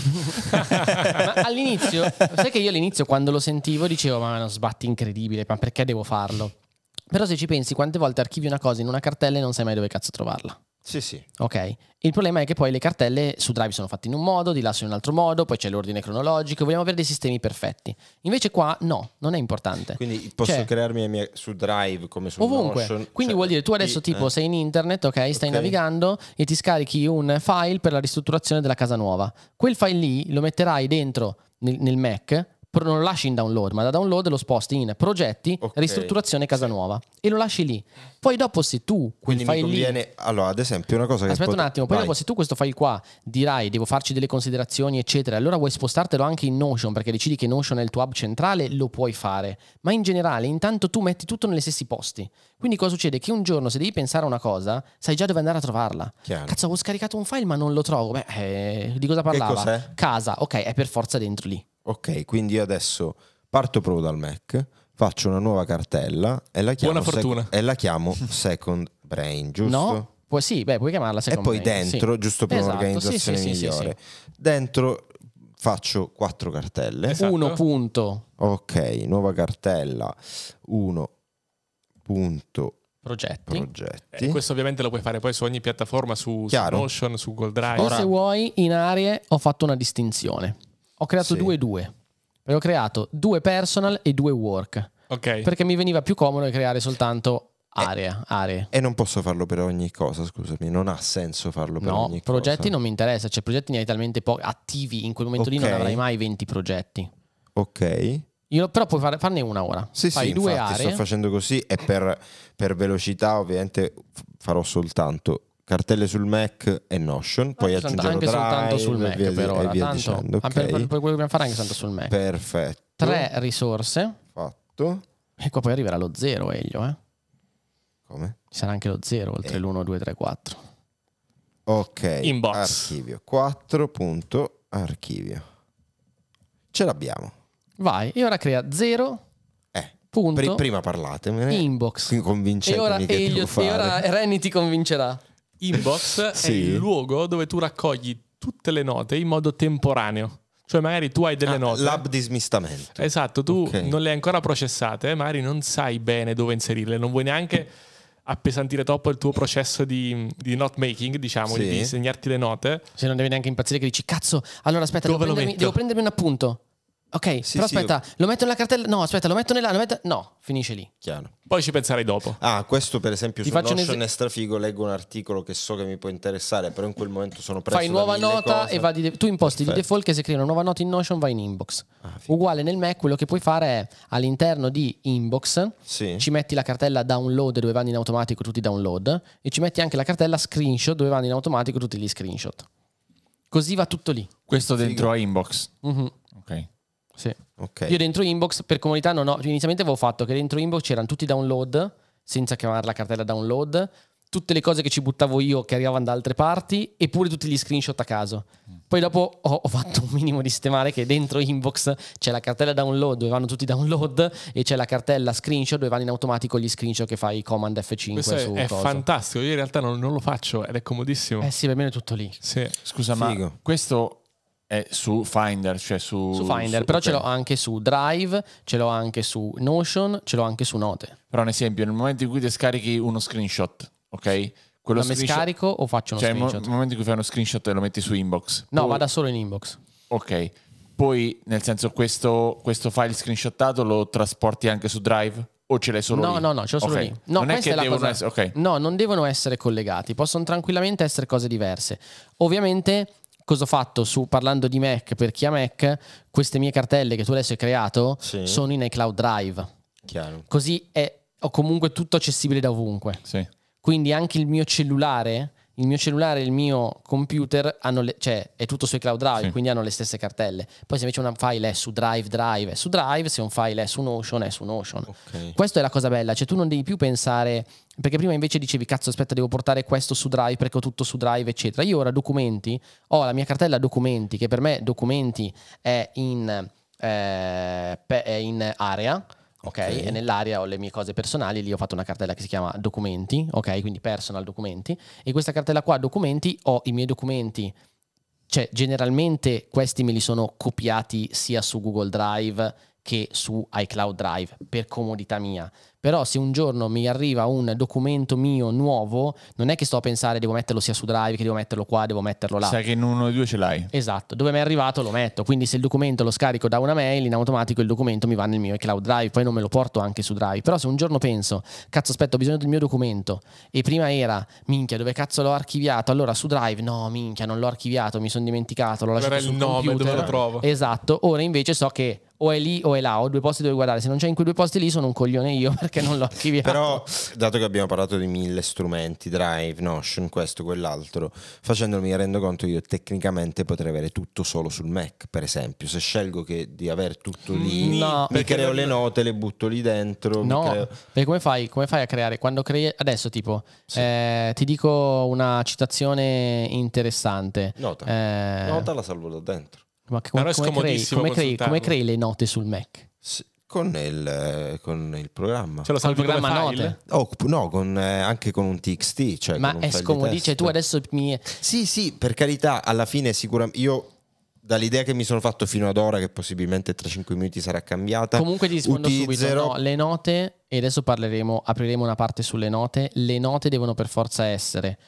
ma all'inizio, sai che io all'inizio quando lo sentivo dicevo ma è uno sbatti incredibile, ma perché devo farlo? Però se ci pensi, quante volte archivi una cosa in una cartella e non sai mai dove cazzo trovarla. Sì. Ok, il problema è che poi le cartelle su Drive sono fatte in un modo, di là sono in un altro modo, poi c'è l'ordine cronologico, vogliamo avere dei sistemi perfetti. Invece qua no, non è importante. Quindi posso crearmi le mie su Drive come su ovunque. Notion. Quindi vuol dire tu adesso tipo sei in internet, ok, stai Ok. navigando e ti scarichi un file per la ristrutturazione della casa nuova. Quel file lì lo metterai dentro nel Mac, non lo lasci in download, ma da download lo sposti in progetti, Ok. ristrutturazione casa nuova e lo lasci lì. Poi dopo se tu quel Quindi mi file lì... conviene... Allora, ad esempio, una cosa che... Aspetta un attimo, poi Vai. dopo se tu questo file qua dirai devo farci delle considerazioni eccetera, allora vuoi spostartelo anche in Notion perché decidi che Notion è il tuo hub centrale, lo puoi fare, ma in generale intanto tu metti tutto negli stessi posti. Quindi cosa succede? Che un giorno se devi pensare a una cosa sai già dove andare a trovarla. Chiaro. Cazzo, avevo scaricato un file ma non lo trovo. Di cosa parlava? cos'è? Casa, ok, è per forza dentro lì. Ok, quindi io adesso parto proprio dal Mac, faccio una nuova cartella e la chiamo... Buona fortuna. E la chiamo Second Brain, giusto? No? Puoi chiamarla E second poi brain, dentro, sì. giusto per Esatto, un'organizzazione sì, migliore, dentro faccio 4 cartelle. Esatto. 1 punto Ok, nuova cartella, 1 punto progetti. progetti. Questo ovviamente lo puoi fare poi su ogni piattaforma, su Chiaro. Notion, su Google Drive. O se vuoi, in aree ho fatto una distinzione. Ho creato Sì. 2 e 2. E ho creato 2 personal e 2 work. Ok. Perché mi veniva più comodo creare soltanto aree. E non posso farlo per ogni cosa, scusami, non ha senso farlo per No, ogni progetti cosa. non mi interessa. Cioè, progetti ne hai talmente pochi attivi. In quel momento lì non Ok. avrai mai 20 progetti. Ok. Però puoi farne una ora. Sì, Fai sì, 2 infatti aree. sto facendo così e per velocità ovviamente farò soltanto cartelle sul Mac e Notion, poi aggiungerò anche Drive soltanto sul e Mac via, per e ora. via Tanto, dicendo. Ok, per quello che dobbiamo fare anche soltanto sul Mac. perfetto. 3 risorse. Fatto. E qua poi arriverà lo 0, Elio. Come? Ci sarà anche lo 0 oltre l'1, 2, 3, 4. Ok, Inbox. archivio 4 punto archivio. Ce l'abbiamo. Vai, e ora crea 0 punto Prima parlatemene. inbox. Convincetemi E ora, che devo fare. e ora Renny ti convincerà. Inbox è Sì. il luogo dove tu raccogli tutte le note in modo temporaneo. Cioè magari tu hai delle note. Lab di smistamento. Esatto, tu Ok. non le hai ancora processate, magari non sai bene dove inserirle, non vuoi neanche appesantire troppo il tuo processo di note making, diciamo, Sì. di segnarti le note. Se non devi neanche impazzire che dici cazzo, allora aspetta, Dove lo devo prendermi un appunto. Ok, Sì, però sì, aspetta, lo metto nella cartella. No, aspetta, lo metto nella. No, finisce lì. Chiaro. Poi ci penserai dopo. Questo per esempio Ti su faccio un Notion è strafigo, leggo un articolo che so che mi può interessare, però in quel momento sono preso Fai da nuova 1000 nota cose. e tu imposti di Perfetto. default che se crei una nuova nota in Notion va in inbox. Uguale nel Mac, quello che puoi fare è all'interno di inbox Sì. ci metti la cartella download dove vanno in automatico tutti i download e ci metti anche la cartella screenshot dove vanno in automatico tutti gli screenshot. Così va tutto lì. Questo dentro a inbox. Mhm. Ok. Sì. Ok. Io dentro inbox per comodità non ho. Inizialmente avevo fatto che dentro inbox c'erano tutti i download senza chiamare la cartella download, tutte le cose che ci buttavo io che arrivavano da altre parti e pure tutti gli screenshot a caso. Poi dopo ho fatto un minimo di sistemare che dentro inbox c'è la cartella download dove vanno tutti i download e c'è la cartella screenshot dove vanno in automatico gli screenshot che fai command F5 Questo su è coso. fantastico. Io in realtà non lo faccio ed è comodissimo. Eh sì, per me è tutto lì. Sì. Scusa, Figo. ma questo è su Finder, cioè su Finder, però ok. ce l'ho anche su Drive, ce l'ho anche su Notion, ce l'ho anche su Note. Però un esempio, nel momento in cui ti scarichi uno screenshot, ok? Quello Ma me scarico o faccio uno cioè screenshot? nel momento in cui fai uno screenshot e lo metti su inbox. No, Poi- vada solo in inbox. Ok. Poi, nel senso, questo file screenshottato lo trasporti anche su Drive? O ce l'hai solo lì? No, ce l'ho solo Ok. lì. No, non è questa che la devono cosa. essere... Ok. No, non devono essere collegati, possono tranquillamente essere cose diverse. Ovviamente, cosa ho fatto parlando di Mac, per chi ha Mac, queste mie cartelle che tu adesso hai creato Sì. sono in iCloud Drive. Chiaro. Così ho comunque tutto accessibile da ovunque. Sì. Quindi anche il mio cellulare e il mio computer è tutto su iCloud Drive, Sì. quindi hanno le stesse cartelle. Poi se invece un file è su Drive è su Drive, se un file è su Notion è su Notion. Ok. Questa è la cosa bella, cioè tu non devi più pensare, perché prima invece dicevi cazzo aspetta devo portare questo su Drive perché ho tutto su Drive eccetera. Io ora documenti, ho la mia cartella documenti che per me documenti è in area. Ok, e nell'area ho le mie cose personali, lì ho fatto una cartella che si chiama documenti, ok, quindi personal documenti, e questa cartella qua documenti ho i miei documenti, cioè generalmente questi me li sono copiati sia su Google Drive che su iCloud Drive per comodità mia. Però se un giorno mi arriva un documento mio nuovo, non è che sto a pensare devo metterlo sia su Drive, che devo metterlo qua, devo metterlo là. Sai che in uno dei due ce l'hai. Esatto, dove mi è arrivato lo metto, quindi se il documento lo scarico da una mail, in automatico il documento mi va nel mio iCloud Drive, poi non me lo porto anche su Drive. Però se un giorno penso, cazzo aspetta ho bisogno del mio documento, e prima era, minchia dove cazzo l'ho archiviato, allora su Drive, no minchia non l'ho archiviato, mi sono dimenticato, l'ho lasciato Era il sul nome, computer. dove lo trovo? Esatto, ora invece so che o è lì o è là, ho due posti dove guardare, se non c'è in quei due posti lì sono un coglione io perché non l'ho archiviato. Però, dato che abbiamo parlato di 1000 strumenti, Drive, Notion, questo, quell'altro, facendomi rendo conto io tecnicamente potrei avere tutto solo sul Mac, per esempio. Se scelgo di avere tutto lì, No, mi creo le note, le butto lì dentro. No, mi creo... perché come fai a creare? Quando crei adesso tipo ti dico una citazione interessante. Nota la salvo da dentro. Ma Però è scomodissimo come consultarlo. crei le note sul Mac? Sì, con il programma. Ce lo salvi Col come programma file? note? No, anche con un TXT, cioè Ma con un è file di scomodissimo, cioè testo. tu adesso Sì, per carità, alla fine sicuramente io dall'idea che mi sono fatto fino ad ora, che possibilmente tra 5 minuti sarà cambiata, comunque ti rispondo utilizzerò... subito. No, le note, e adesso apriremo una parte sulle note. Le note devono per forza essere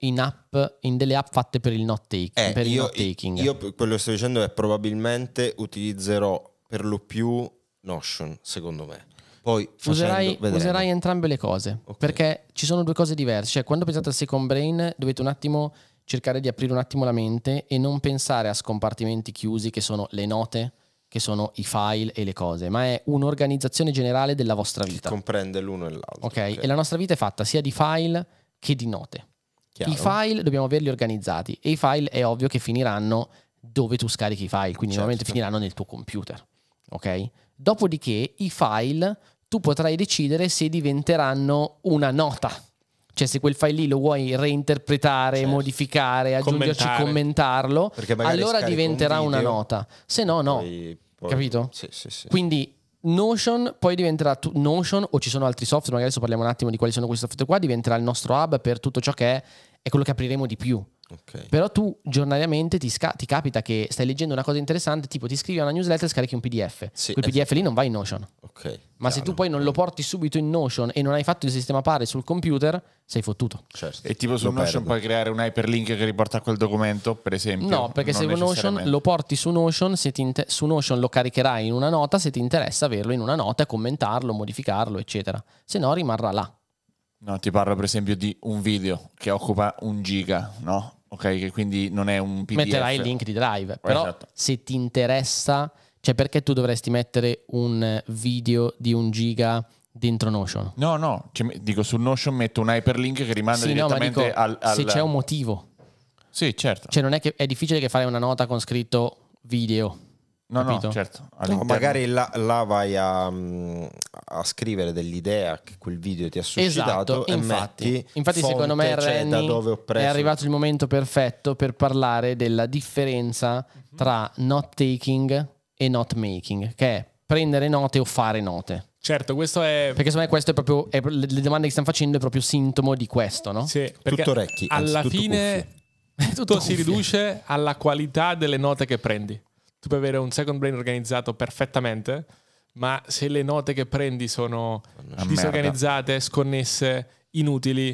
in delle app fatte per il note taking. Io quello che sto dicendo è probabilmente utilizzerò per lo più Notion, secondo me. Poi Userai entrambe le cose, Ok. perché ci sono due cose diverse. Cioè, quando pensate al second brain, dovete un attimo cercare di aprire un attimo la mente e non pensare a scompartimenti chiusi che sono le note, che sono i file e le cose, ma è un'organizzazione generale della vostra vita. comprende l'uno e l'altro. Ok? E la nostra vita è fatta sia di file che di note. Chiaro. I file dobbiamo averli organizzati e i file è ovvio che finiranno dove tu scarichi i file, quindi Certo. normalmente finiranno nel tuo computer. Ok? Dopodiché i file tu potrai decidere se diventeranno una nota. Cioè se quel file lì lo vuoi reinterpretare, Certo. modificare, aggiungerci, Commentare. commentarlo, Perché magari allora scarico un diventerà una video, nota. Se no, no. Poi- Capito? Sì. Quindi Notion poi diventerà Notion, o ci sono altri software, magari adesso parliamo un attimo di quali sono questi software qua, diventerà il nostro hub per tutto ciò che è quello che apriremo di più. Ok. Però tu giornaliamente ti capita che stai leggendo una cosa interessante, tipo ti iscrivi a una newsletter e scarichi un PDF. Sì, Quel PDF lì non va in Notion. Ok. Ma se tu poi non lo porti subito in Notion e non hai fatto il sistema pare sul computer, sei fottuto. Certo. E tipo su Lo Notion perdo. puoi creare un hyperlink che riporta a quel documento, per esempio? No, perché Non se Notion necessariamente. lo porti su Notion, su Notion lo caricherai in una nota, se ti interessa averlo in una nota, commentarlo, modificarlo, eccetera. Se no rimarrà là. No, ti parlo per esempio di un video che occupa 1 giga, no? Ok, che quindi non è un PDF. Metterai il link di Drive. Però Esatto. se ti interessa, cioè perché tu dovresti mettere un video di 1 giga dentro Notion? No, dico su Notion metto un hyperlink che rimanda Sì, no, ma direttamente dico, al... se c'è un motivo. Sì, certo. Cioè non è che è difficile che fai una nota con scritto video. No, capito? certo. No, All'interno. magari là vai a scrivere dell'idea che quel video ti ha suscitato Esatto, e infatti metti secondo me fonte, cioè, da Renny dove ho preso. è arrivato il momento perfetto per parlare della differenza tra note taking e note making, che è prendere note o fare note. Certo, questo è... Perché secondo me questo è proprio le domande che stiamo facendo è proprio sintomo di questo, no? Sì, perché Tutto orecchi, anzi, alla tutto fine tutto si riduce alla qualità delle note che prendi. Tu puoi avere un second brain organizzato perfettamente, ma se le note che prendi sono Una disorganizzate, sconnesse, inutili,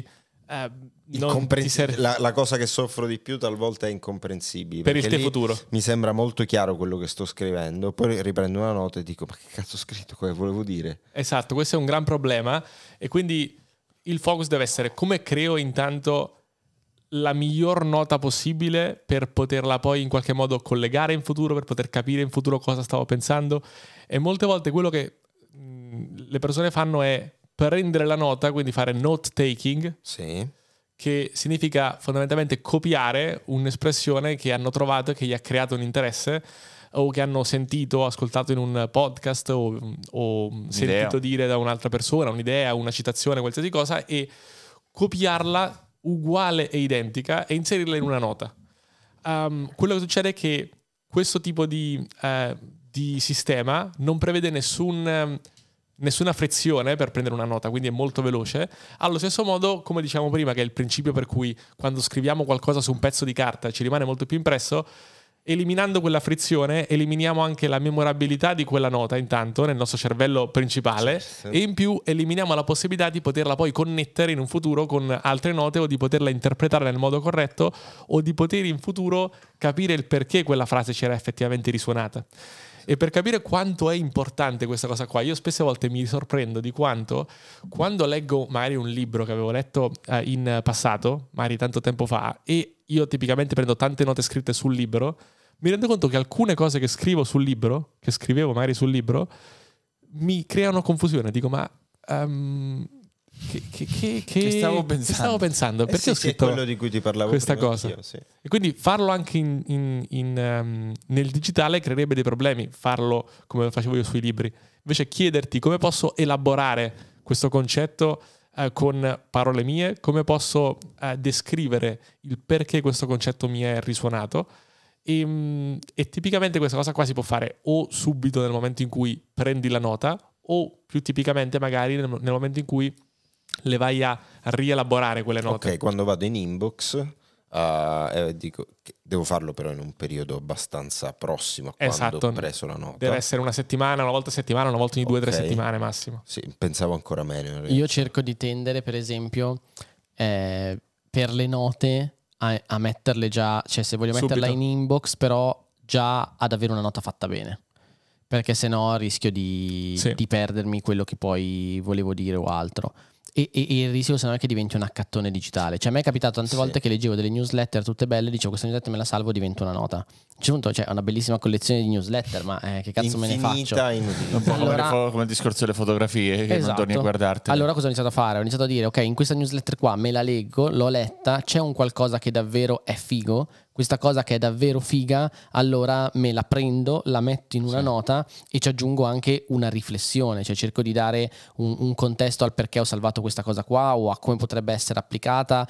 non ti serve la cosa che soffro di più talvolta è incomprensibile. per il perché te lì futuro. mi sembra molto chiaro quello che sto scrivendo, poi riprendo una nota e dico: ma che cazzo ho scritto? Cosa volevo dire? Esatto, questo è un gran problema e quindi il focus deve essere come creo intanto la miglior nota possibile per poterla poi in qualche modo collegare in futuro, per poter capire in futuro cosa stavo pensando. E molte volte quello che le persone fanno è prendere la nota, quindi fare note taking, Sì. che significa fondamentalmente copiare un'espressione che hanno trovato e che gli ha creato un interesse, o che hanno sentito o ascoltato in un podcast o sentito dire da un'altra persona, un'idea, una citazione, qualsiasi cosa, e copiarla uguale e identica e inserirla in una nota. Quello che succede è che questo tipo di sistema non prevede nessuna frizione per prendere una nota, quindi è molto veloce. Allo stesso modo, come diciamo prima, che è il principio per cui quando scriviamo qualcosa su un pezzo di carta ci rimane molto più impresso, eliminando quella frizione eliminiamo anche la memorabilità di quella nota intanto nel nostro cervello principale, e in più eliminiamo la possibilità di poterla poi connettere in un futuro con altre note, o di poterla interpretare nel modo corretto, o di poter in futuro capire il perché quella frase ci era effettivamente risuonata. E per capire quanto è importante questa cosa qua, io spesse volte mi sorprendo di quanto, quando leggo magari un libro che avevo letto in passato, magari tanto tempo fa, e io tipicamente prendo tante note scritte sul libro, mi rendo conto che alcune cose che scrivo sul libro, che scrivevo magari sul libro, mi creano confusione. Dico, ma che stavo pensando? Perché ho scritto è quello di cui ti parlavo questa prima cosa? anch'io, sì. E quindi farlo anche nel digitale creerebbe dei problemi, farlo come facevo io sui libri. Invece chiederti come posso elaborare questo concetto con parole mie, come posso descrivere il perché questo concetto mi è risuonato. E tipicamente questa cosa qua si può fare o subito nel momento in cui prendi la nota, o più tipicamente magari nel momento in cui le vai a rielaborare quelle note. Ok, quando vado in inbox dico che devo farlo però in un periodo abbastanza prossimo a quando Esatto. ho preso la nota. Deve essere una settimana, una volta a settimana, una volta ogni 2 o 3 Ok. settimane massimo. Sì, pensavo ancora meno. in realtà. Io cerco di tendere, per esempio, per le note a metterle già, cioè se voglio Subito. metterla in inbox, però già ad avere una nota fatta bene. Perché sennò rischio di perdermi quello che poi volevo dire o altro. E il rischio sennò è che diventi un accattone digitale. Cioè a me è capitato tante volte che leggevo delle newsletter tutte belle, dicevo questa newsletter me la salvo, diventa una nota. A un certo punto c'è una bellissima collezione di newsletter, ma che cazzo me ne faccio? Infinita, inutile. Un po' Allora- come il discorso delle fotografie, che non torni a guardartele. Allora cosa ho iniziato a fare? Ho iniziato a dire ok, in questa newsletter qua me la leggo, l'ho letta, c'è un qualcosa che davvero è figo, questa cosa che è davvero figa, allora me la prendo, la metto in una nota e ci aggiungo anche una riflessione, cioè cerco di dare un contesto al perché ho salvato questa cosa qua, o a come potrebbe essere applicata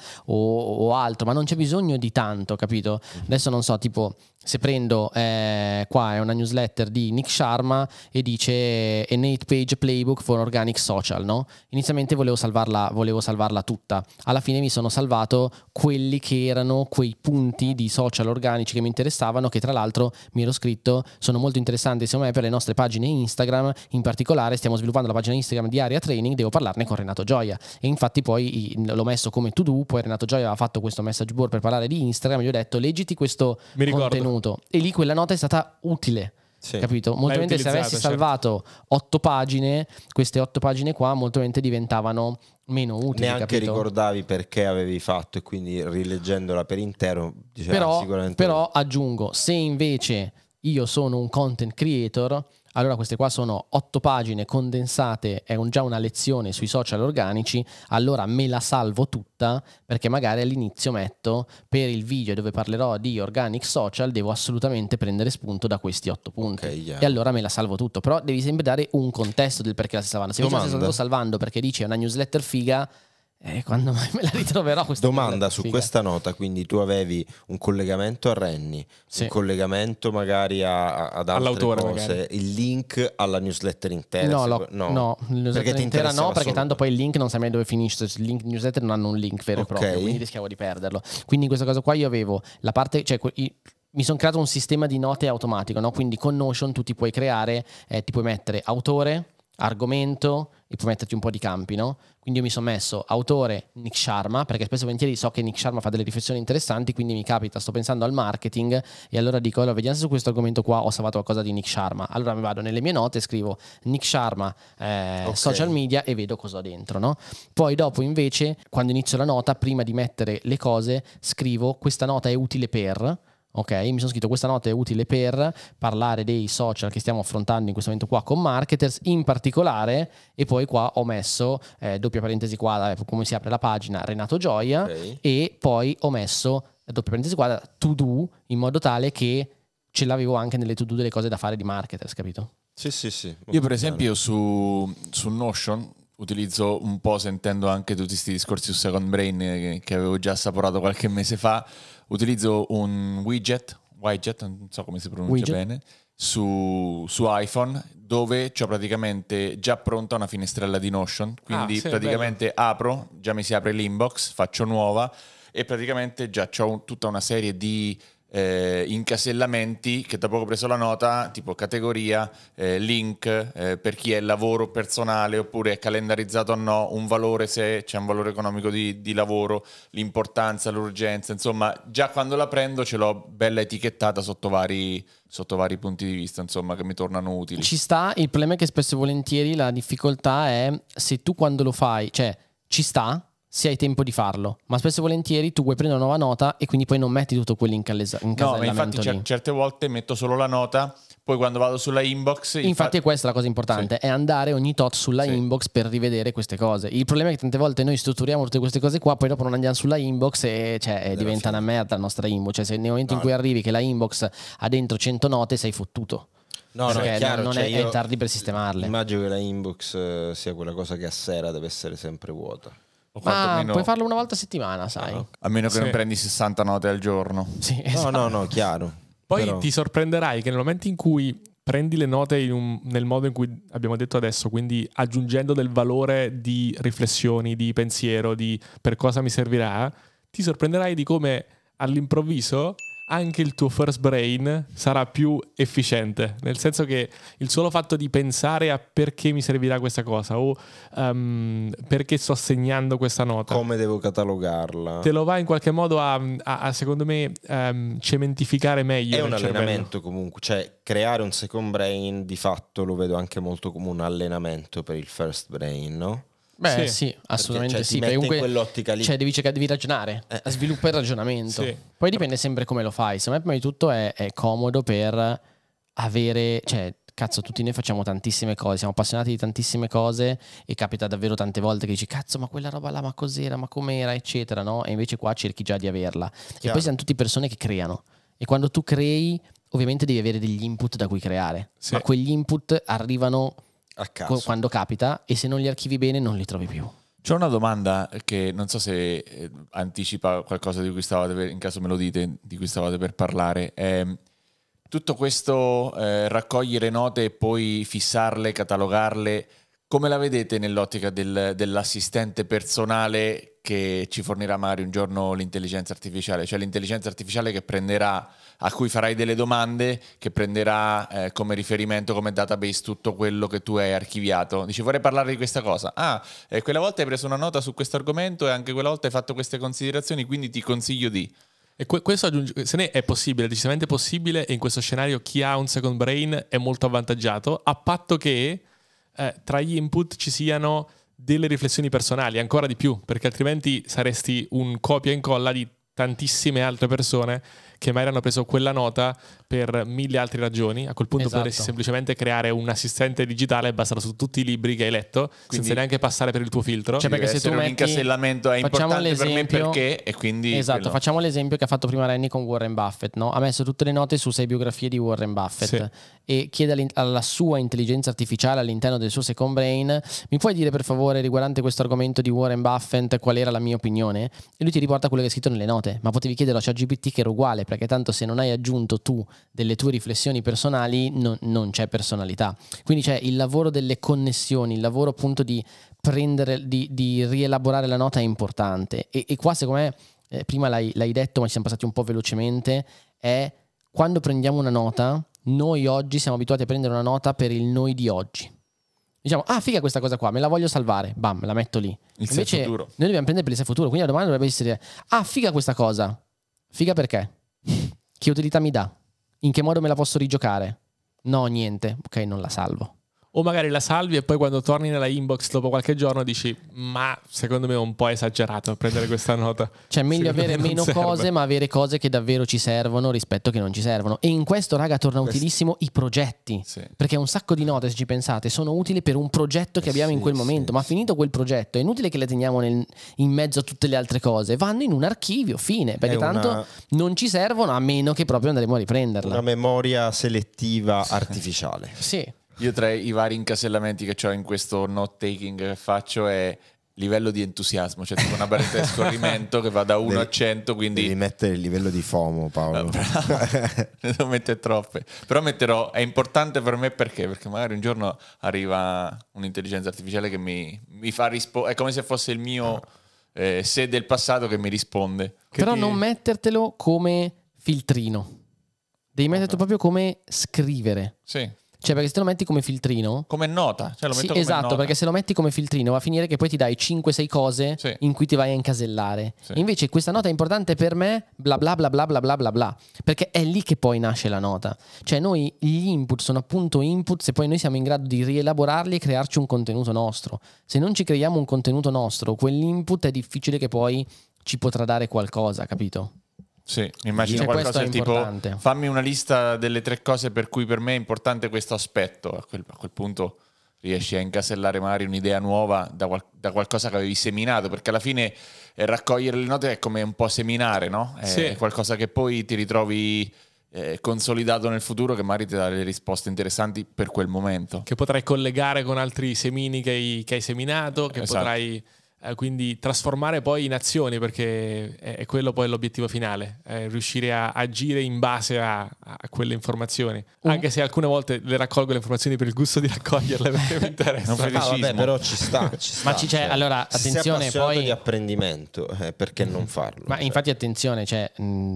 o altro, ma non c'è bisogno di tanto, capito? Adesso non so, tipo se prendo qua è una newsletter di Nick Sharma e dice an 8-page playbook for organic social, no? Inizialmente volevo salvarla tutta, alla fine mi sono salvato quelli che erano quei punti di social organici che mi interessavano, che tra l'altro mi ero scritto sono molto interessanti secondo me per le nostre pagine Instagram. In particolare stiamo sviluppando la pagina Instagram di Aria Training, devo parlarne con Renato Gioia, e infatti poi l'ho messo come to do. Poi Renato Gioia aveva fatto questo message board per parlare di Instagram e gli ho detto leggiti questo contenuto, e lì quella nota è stata utile. Sì. Capito? Molto L'hai probabilmente se avessi utilizzato, salvato 8 pagine, queste 8 pagine qua molto probabilmente diventavano meno utili. Neanche capito? ricordavi perché avevi fatto, e quindi rileggendola per intero diceva sicuramente. Però aggiungo, se invece io sono un content creator, allora queste qua sono 8 pagine condensate, è già una lezione sui social organici, allora me la salvo tutta, perché magari all'inizio metto per il video dove parlerò di organic social, devo assolutamente prendere spunto da questi 8 punti. Ok, E allora me la salvo tutto, però devi sempre dare un contesto del perché la stai salvando. Se invece la Domanda. stai salvando perché dici è una newsletter figa, quando mai me la ritroverò questa Domanda newsletter su figa? questa nota, quindi tu avevi un collegamento a Renny, Sì. un collegamento magari ad altre All'autore, cose, magari. il link alla newsletter intera? No, no, no, la newsletter ti intera interessava no, perché solo tanto poi il link non sai mai dove finisce. Il link newsletter non hanno un link vero e Ok. proprio, quindi rischiavo di perderlo. Quindi in questo caso qua io avevo la parte, cioè mi sono creato un sistema di note automatico, no? Quindi con Notion tu ti puoi creare, ti puoi mettere autore, argomento e puoi metterti un po' di campi, no? Quindi io mi sono messo autore Nick Sharma, perché spesso e volentieri so che Nick Sharma fa delle riflessioni interessanti, quindi mi capita, sto pensando al marketing e allora dico, allora vediamo se su questo argomento qua ho salvato qualcosa di Nick Sharma. Allora mi vado nelle mie note e scrivo Nick Sharma social media e vedo cosa ho dentro, no? Poi dopo invece, quando inizio la nota, prima di mettere le cose, scrivo questa nota è utile per... Ok, mi sono scritto questa nota è utile per parlare dei social che stiamo affrontando in questo momento qua con marketers in particolare, e poi qua ho messo doppia parentesi qua come si apre la pagina Renato Gioia, e poi ho messo doppia parentesi qua to do, in modo tale che ce l'avevo anche nelle to do delle cose da fare di marketers, capito? Sì. Io per esempio su Notion utilizzo un po', sentendo anche tutti questi discorsi su Second Brain che avevo già assaporato qualche mese fa, utilizzo un widget, non so come si pronuncia bene, su iPhone, dove c'ho praticamente già pronta una finestrella di Notion, quindi praticamente apro, già mi si apre l'inbox, faccio nuova e praticamente già c'ho tutta una serie di incasellamenti che dopo che ho preso la nota, tipo categoria, link, per chi è lavoro personale oppure è calendarizzato o no, un valore se c'è un valore economico di lavoro, l'importanza, l'urgenza, insomma già quando la prendo ce l'ho bella etichettata sotto vari punti di vista, insomma, che mi tornano utili. Ci sta, il problema è che spesso e volentieri la difficoltà è se tu quando lo fai, cioè ci sta se hai tempo di farlo, ma spesso e volentieri tu vuoi prendere una nuova nota e quindi poi non metti tutto quello in casellamento. No, ma infatti certe volte metto solo la nota, poi quando vado sulla inbox... Infatti questa è la cosa importante, è andare ogni tot sulla inbox per rivedere queste cose. Il problema è che tante volte noi strutturiamo tutte queste cose qua, poi dopo non andiamo sulla inbox e diventa una merda la nostra inbox. Cioè se nel momento in cui arrivi che la inbox ha dentro 100 note sei fottuto. No, è chiaro, non è tardi per sistemarle. Immagino che la inbox sia quella cosa che a sera deve essere sempre vuota. Ma puoi farlo una volta a settimana, sai? A meno che non prendi 60 note al giorno. Sì, esatto. No, chiaro. Poi Però... ti sorprenderai che nel momento in cui prendi le note nel modo in cui abbiamo detto adesso, quindi aggiungendo del valore di riflessioni, di pensiero, di per cosa mi servirà, ti sorprenderai di come all'improvviso anche il tuo first brain sarà più efficiente, nel senso che il solo fatto di pensare a perché mi servirà questa cosa o perché sto segnando questa nota, come devo catalogarla, te lo va in qualche modo a secondo me cementificare meglio. È un allenamento cervello. comunque, cioè creare un second brain di fatto lo vedo anche molto come un allenamento per il first brain, no? Beh sì, assolutamente perché, sì, perché comunque in quell'ottica lì, cioè devi ragionare, sviluppa il ragionamento. Sì. Poi dipende sempre come lo fai. Secondo me prima di tutto è comodo per avere, cioè cazzo, tutti noi facciamo tantissime cose, siamo appassionati di tantissime cose e capita davvero tante volte che dici cazzo, ma quella roba là, ma cos'era, ma com'era, eccetera, no? E invece qua cerchi già di averla. E poi siamo tutti persone che creano, e quando tu crei ovviamente devi avere degli input da cui creare, ma quegli input arrivano a caso, quando capita, e se non li archivi bene non li trovi più. C'è una domanda che non so se anticipa qualcosa di cui stavate, in caso me lo dite, di cui stavate per parlare. Tutto questo raccogliere note e poi fissarle, catalogarle, come la vedete nell'ottica dell'assistente personale che ci fornirà magari un giorno l'intelligenza artificiale? Cioè l'intelligenza artificiale che prenderà, a cui farai delle domande, che prenderà come riferimento, come database tutto quello che tu hai archiviato. Dici vorrei parlare di questa cosa. Quella volta hai preso una nota su questo argomento e anche quella volta hai fatto queste considerazioni, quindi ti consiglio di... E questo se ne è possibile, decisamente possibile, e in questo scenario chi ha un second brain è molto avvantaggiato, a patto che tra gli input ci siano delle riflessioni personali, ancora di più, perché altrimenti saresti un copia e incolla di tantissime altre persone che magari hanno preso quella nota per 1000 altre ragioni. A quel punto potresti semplicemente creare un assistente digitale basato su tutti i libri che hai letto, quindi, senza neanche passare per il tuo filtro. Cioè, perché se tu metti un incasellamento è importante per me perché, e quindi facciamo l'esempio che ha fatto prima Renny con Warren Buffett, no? Ha messo tutte le note su 6 biografie di Warren Buffett e chiede alla sua intelligenza artificiale all'interno del suo second brain: mi puoi dire per favore, riguardante questo argomento di Warren Buffett, qual era la mia opinione? E lui ti riporta quello che è scritto nelle note, ma potevi chiederlo a ChatGPT che era uguale, perché tanto se non hai aggiunto tu delle tue riflessioni personali non c'è personalità. Quindi c'è il lavoro delle connessioni, il lavoro appunto di prendere, di rielaborare la nota è importante, e qua secondo me prima l'hai detto ma ci siamo passati un po' velocemente, è quando prendiamo una nota, noi oggi siamo abituati a prendere una nota per il noi di oggi. Diciamo, figa questa cosa qua, me la voglio salvare, bam, la metto lì. Invece futuro. noi dobbiamo prendere per il sé futuro, quindi la domanda dovrebbe essere: figa questa cosa, figa perché? Che utilità mi dà? In che modo me la posso rigiocare? No, niente, ok, non la salvo. O magari la salvi e poi quando torni nella inbox dopo qualche giorno dici ma secondo me è un po' esagerato a prendere questa nota. Cioè meglio Secondo avere me non meno serve. cose ma avere cose che davvero ci servono rispetto che non ci servono. E in questo, raga, torna utilissimo i progetti. Sì. Perché un sacco di note, se ci pensate, sono utili per un progetto che abbiamo in quel momento. Ma finito quel progetto è inutile che le teniamo in mezzo a tutte le altre cose. Vanno in un archivio, fine. Perché tanto non ci servono a meno che proprio andremo a riprenderla. Una memoria selettiva artificiale. Sì. Io tra i vari incasellamenti che ho in questo note taking che faccio è livello di entusiasmo, cioè tipo una barretta di scorrimento che va da 1 a 100, quindi Devi mettere il livello di FOMO, Paolo. ne devo mettere troppe, però metterò, è importante per me perché magari un giorno arriva un'intelligenza artificiale che mi fa rispondere, è come se fosse il mio sé del passato che mi risponde. Però non mettertelo come filtrino. Devi metterlo proprio come scrivere. Sì. Cioè, perché se te lo metti come filtrino... Come nota, cioè lo Sì, metto come esatto, nota. perché se lo metti come filtrino va a finire che poi ti dai 5-6 cose Sì. in cui ti vai a incasellare. Sì. Invece questa nota è importante per me, bla bla bla bla bla bla bla bla, perché è lì che poi nasce la nota. Cioè noi, gli input sono appunto input se poi noi siamo in grado di rielaborarli e crearci un contenuto nostro. Se non ci creiamo un contenuto nostro, quell'input è difficile che poi ci potrà dare qualcosa, capito? Sì, mi immagino Cioè, qualcosa questo del è tipo importante. fammi una lista delle 3 cose per cui per me è importante questo aspetto. A quel punto riesci a incasellare magari un'idea nuova da qualcosa che avevi seminato, perché alla fine raccogliere le note è come un po' seminare, no? È Sì. qualcosa che poi ti ritrovi consolidato nel futuro, che magari ti dà delle risposte interessanti per quel momento. Che potrai collegare con altri semini che hai seminato, che Esatto. potrai quindi trasformare poi in azioni, perché è quello poi l'obiettivo finale, riuscire a agire in base a quelle informazioni, anche se alcune volte le raccolgo le informazioni per il gusto di raccoglierle perché mi interessa. Non felicismo. Vabbè, però ci sta. Ma c'è, allora, se sei attenzione, appassionato poi... di apprendimento, perché non farlo? Ma infatti attenzione, cioè,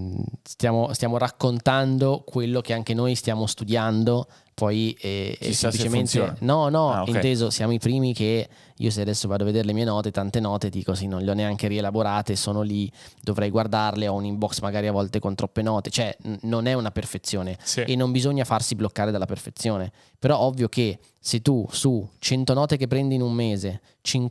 stiamo raccontando quello che anche noi stiamo studiando, poi Chissà se semplicemente funziona. no, Ah, ok. inteso, siamo i primi che io, se adesso vado a vedere le mie note, tante note dico sì, non le ho neanche rielaborate, sono lì, dovrei guardarle, ho un inbox magari a volte con troppe note, cioè non è una perfezione. Sì. E non bisogna farsi bloccare dalla perfezione. Però ovvio che se tu su 100 note che prendi in un mese,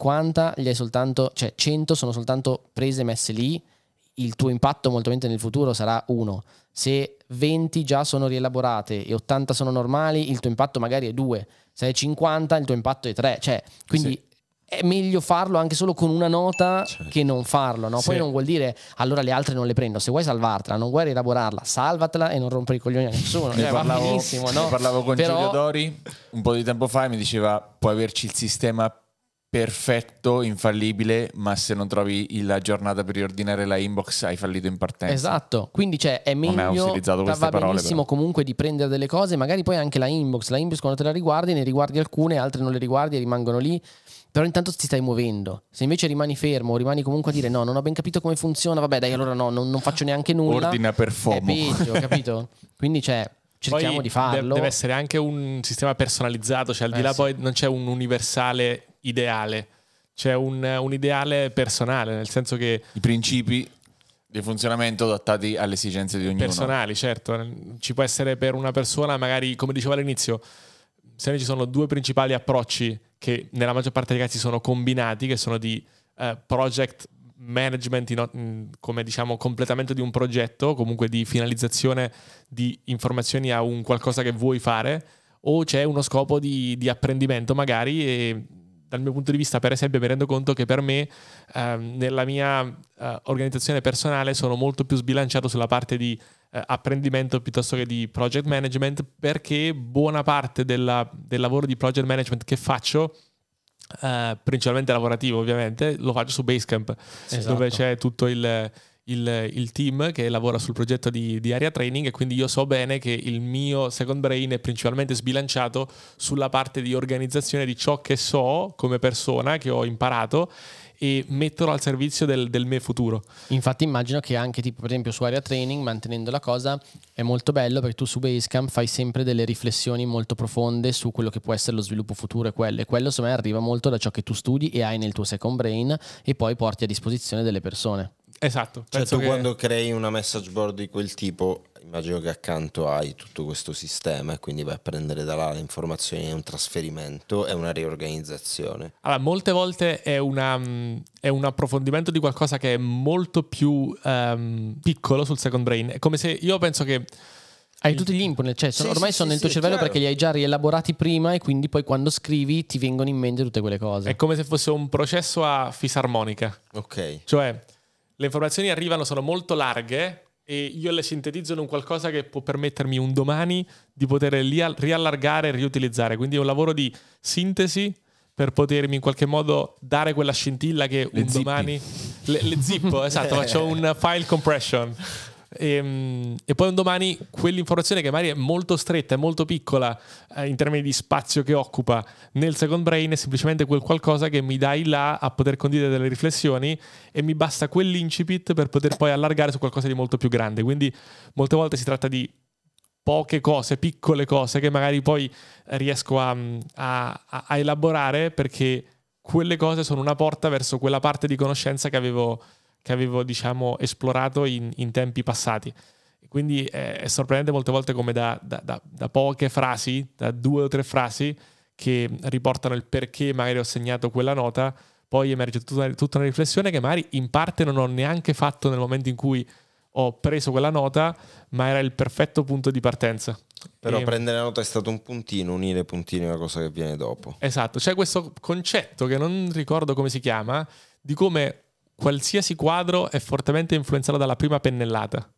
50 gli hai soltanto, cioè 100 sono soltanto prese e messe lì, il tuo impatto molto probabilmente nel futuro sarà 1. Se 20 già sono rielaborate e 80 sono normali, il tuo impatto magari è 2. Se è 50, il tuo impatto è 3. Cioè, quindi Sì. è meglio farlo anche solo con una nota che non farlo, no? Sì. Poi non vuol dire allora le altre non le prendo. Se vuoi salvartela, non vuoi rielaborarla, salvatela e non rompere i coglioni a nessuno. Ne Va benissimo, no? ne parlavo con Però- Giulio Dori un po' di tempo fa e mi diceva puoi averci il sistema perfetto, infallibile, ma se non trovi la giornata per riordinare la inbox hai fallito in partenza. Esatto, quindi cioè, è Non ha meglio, utilizzato queste va parole, benissimo però. comunque di prendere delle cose, magari poi anche la inbox quando te la riguardi, ne riguardi alcune, altre non le riguardi e rimangono lì, però intanto ti stai muovendo. Se invece rimani fermo, rimani comunque a dire no, non ho ben capito come funziona, vabbè dai, allora no, non faccio neanche nulla. Ordina per È FOMO. peggio, capito? Quindi cioè, cerchiamo Poi di farlo. deve essere anche un sistema personalizzato, cioè al di là sì. poi non c'è un universale ideale, c'è un ideale personale, nel senso che I principi di funzionamento adattati alle esigenze di ognuno. personali, certo, ci può essere per una persona magari, come dicevo all'inizio, se ne ci sono 2 principali approcci che nella maggior parte dei casi sono combinati, che sono di project management, come diciamo completamento di un progetto, comunque di finalizzazione di informazioni a un qualcosa che vuoi fare, o c'è uno scopo di apprendimento magari. E dal mio punto di vista, per esempio, mi rendo conto che per me nella mia organizzazione personale sono molto più sbilanciato sulla parte di apprendimento piuttosto che di project management, perché buona parte del lavoro di project management che faccio, principalmente lavorativo ovviamente, lo faccio su Basecamp, Esatto. dove c'è tutto il team che lavora sul progetto di Area Training, e quindi io so bene che il mio second brain è principalmente sbilanciato sulla parte di organizzazione di ciò che so come persona, che ho imparato, e metterlo al servizio del me futuro. Infatti immagino che anche tipo per esempio su Area Training, mantenendo la cosa, è molto bello perché tu su Basecamp fai sempre delle riflessioni molto profonde su quello che può essere lo sviluppo futuro, e quello secondo me arriva molto da ciò che tu studi e hai nel tuo second brain e poi porti a disposizione delle persone. Esatto. Cioè penso tu che... quando crei una message board di quel tipo, immagino che accanto hai tutto questo sistema e quindi vai a prendere da là le informazioni, è un trasferimento, è una riorganizzazione. Allora, molte volte è un approfondimento di qualcosa che è molto più piccolo sul second brain. È come se io penso che Hai tutti gli input, cioè ormai sono nel tuo cervello chiaro. perché li hai già rielaborati prima e quindi poi quando scrivi ti vengono in mente tutte quelle cose. è come se fosse un processo a fisarmonica. Ok. Cioè, le informazioni arrivano, sono molto larghe e io le sintetizzo in un qualcosa che può permettermi un domani di poter riallargare e riutilizzare. Quindi è un lavoro di sintesi per potermi in qualche modo dare quella scintilla che un domani... Le zippo, esatto, faccio un file compression. E poi un domani quell'informazione che magari è molto stretta, è molto piccola in termini di spazio che occupa nel second brain, è semplicemente quel qualcosa che mi dai là a poter condividere delle riflessioni e mi basta quell'incipit per poter poi allargare su qualcosa di molto più grande. Quindi molte volte si tratta di poche cose, piccole cose che magari poi riesco a elaborare, perché quelle cose sono una porta verso quella parte di conoscenza che avevo diciamo esplorato in tempi passati. Quindi è sorprendente molte volte come da poche frasi, da 2 o 3 frasi che riportano il perché magari ho segnato quella nota, poi emerge tutta una riflessione che magari in parte non ho neanche fatto nel momento in cui ho preso quella nota, ma era il perfetto punto di partenza. Però prendere la nota è stato un puntino, unire puntini è una cosa che viene dopo. Esatto, c'è questo concetto che non ricordo come si chiama, di come qualsiasi quadro è fortemente influenzato dalla prima pennellata.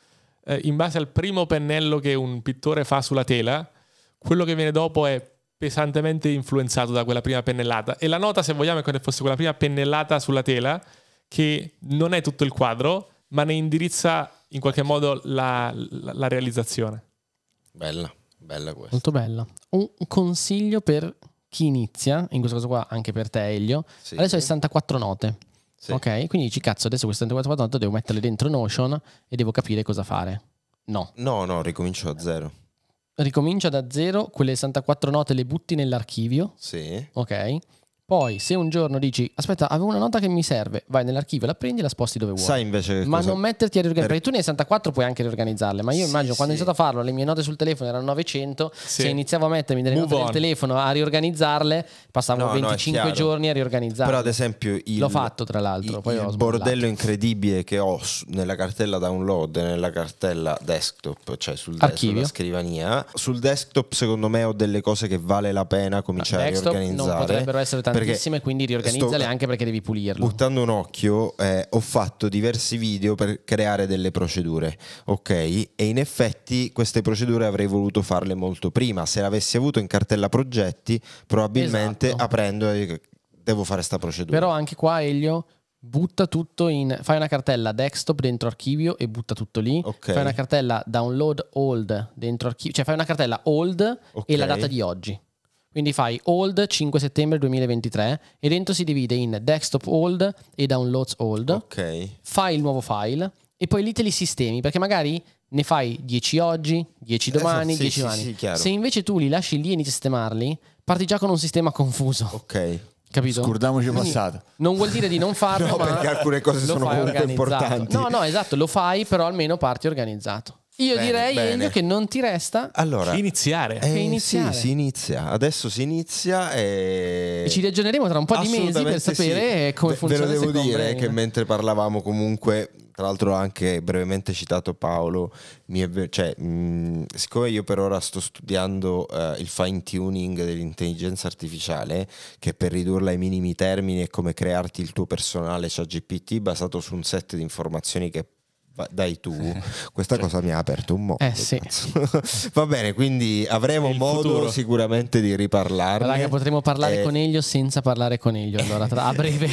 In base al primo pennello che un pittore fa sulla tela, quello che viene dopo è pesantemente influenzato da quella prima pennellata. E la nota, se vogliamo, è come se fosse quella prima pennellata sulla tela, che non è tutto il quadro, ma ne indirizza in qualche modo la realizzazione. Bella questa. Molto bella. Un consiglio per chi inizia, in questo caso qua anche per te Elio, Sì. adesso hai 64 note. Sì. Ok, quindi dici cazzo, adesso queste 64 note devo metterle dentro Notion e devo capire cosa fare. No, Ricomincio da zero. ricomincia da zero, quelle 64 note le butti nell'archivio, Sì. ok? Poi se un giorno dici aspetta, avevo una nota che mi serve, vai nell'archivio, la prendi e la sposti dove vuoi. Sai invece che Ma cosa... non metterti a riorganizzare, perché tu ne hai 64 puoi anche riorganizzarle, ma io Sì, immagino quando ho sì. iniziato a farlo le mie note sul telefono erano 900, Sì. se iniziavo a mettermi delle Move note del on. telefono a riorganizzarle passavano No, no, è 25 chiaro. giorni a riorganizzarle. Però ad esempio L'ho fatto tra l'altro, poi ho il sballato. bordello incredibile che ho nella cartella download e nella cartella desktop, cioè Archivio. sulla scrivania. Sul desktop secondo me ho delle cose che vale la pena cominciare a Desktop riorganizzare. non potrebbero essere perché tantissime, quindi riorganizzale anche perché devi pulirlo. Buttando un occhio, ho fatto diversi video per creare delle procedure, ok? E in effetti queste procedure avrei voluto farle molto prima. Se l'avessi avuto in cartella progetti, probabilmente Esatto. aprendo devo fare sta procedura. Però anche qua Elio butta tutto fai una cartella desktop dentro archivio e butta tutto lì. Ok. Fai una cartella download old dentro archivio, cioè fai una cartella old Ok. e la data di oggi. Quindi fai old 5 settembre 2023 e dentro si divide in desktop old e downloads old. Ok. Fai il nuovo file e poi lì te li sistemi, perché magari ne fai 10 oggi, 10 domani, Esatto, sì, 10 sì, domani. sì, chiaro. Se invece tu li lasci lì e inizi a sistemarli, parti già con un sistema confuso. Ok. Capito? Scordiamoci Quindi passato. Non vuol dire di non farlo, No, ma perché alcune cose lo sono fai comunque organizzato. importanti. No, esatto, lo fai, però almeno parti organizzato. Io Bene, direi, bene. Elio, che non ti resta Allora, Iniziare. che iniziare. Sì, si inizia. Adesso si inizia e ci riaggiorneremo tra un po' di mesi per Assolutamente sapere sì. come funziona Ve lo il devo second dire brain. che mentre parlavamo comunque, tra l'altro ho anche brevemente citato Paolo, siccome io per ora sto studiando il fine tuning dell'intelligenza artificiale, che per ridurla ai minimi termini è come crearti il tuo personale ChatGPT basato su un set di informazioni che dai tu, questa cosa mi ha aperto un mondo. Sì. Va bene, quindi avremo Il modo futuro. sicuramente di riparlarne. Guarda che potremo parlare Eh, con Elio senza parlare con Elio. Allora, a breve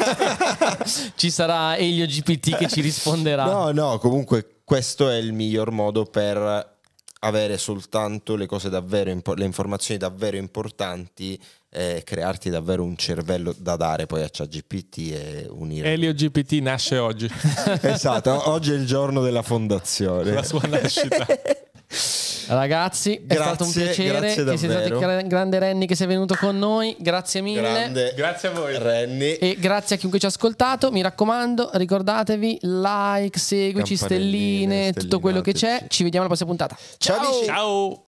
ci sarà Elio GPT che ci risponderà. No, comunque questo è il miglior modo per avere soltanto le cose davvero le informazioni davvero importanti, crearti davvero un cervello da dare poi a ChatGPT e unire. Elio GPT nasce oggi, Esatto, oggi è il giorno della fondazione. la sua nascita. Ragazzi, è stato un piacere. Grazie Che sei davvero. stato grande Renny che sei venuto con noi. Grazie mille. Grande Grazie a voi. Renny. E grazie a chiunque ci ha ascoltato. Mi raccomando, ricordatevi, like, seguici, Campanelline, stelline, tutto quello che c'è. stellinateci. Ci vediamo alla prossima puntata. Ciao amici. Ciao.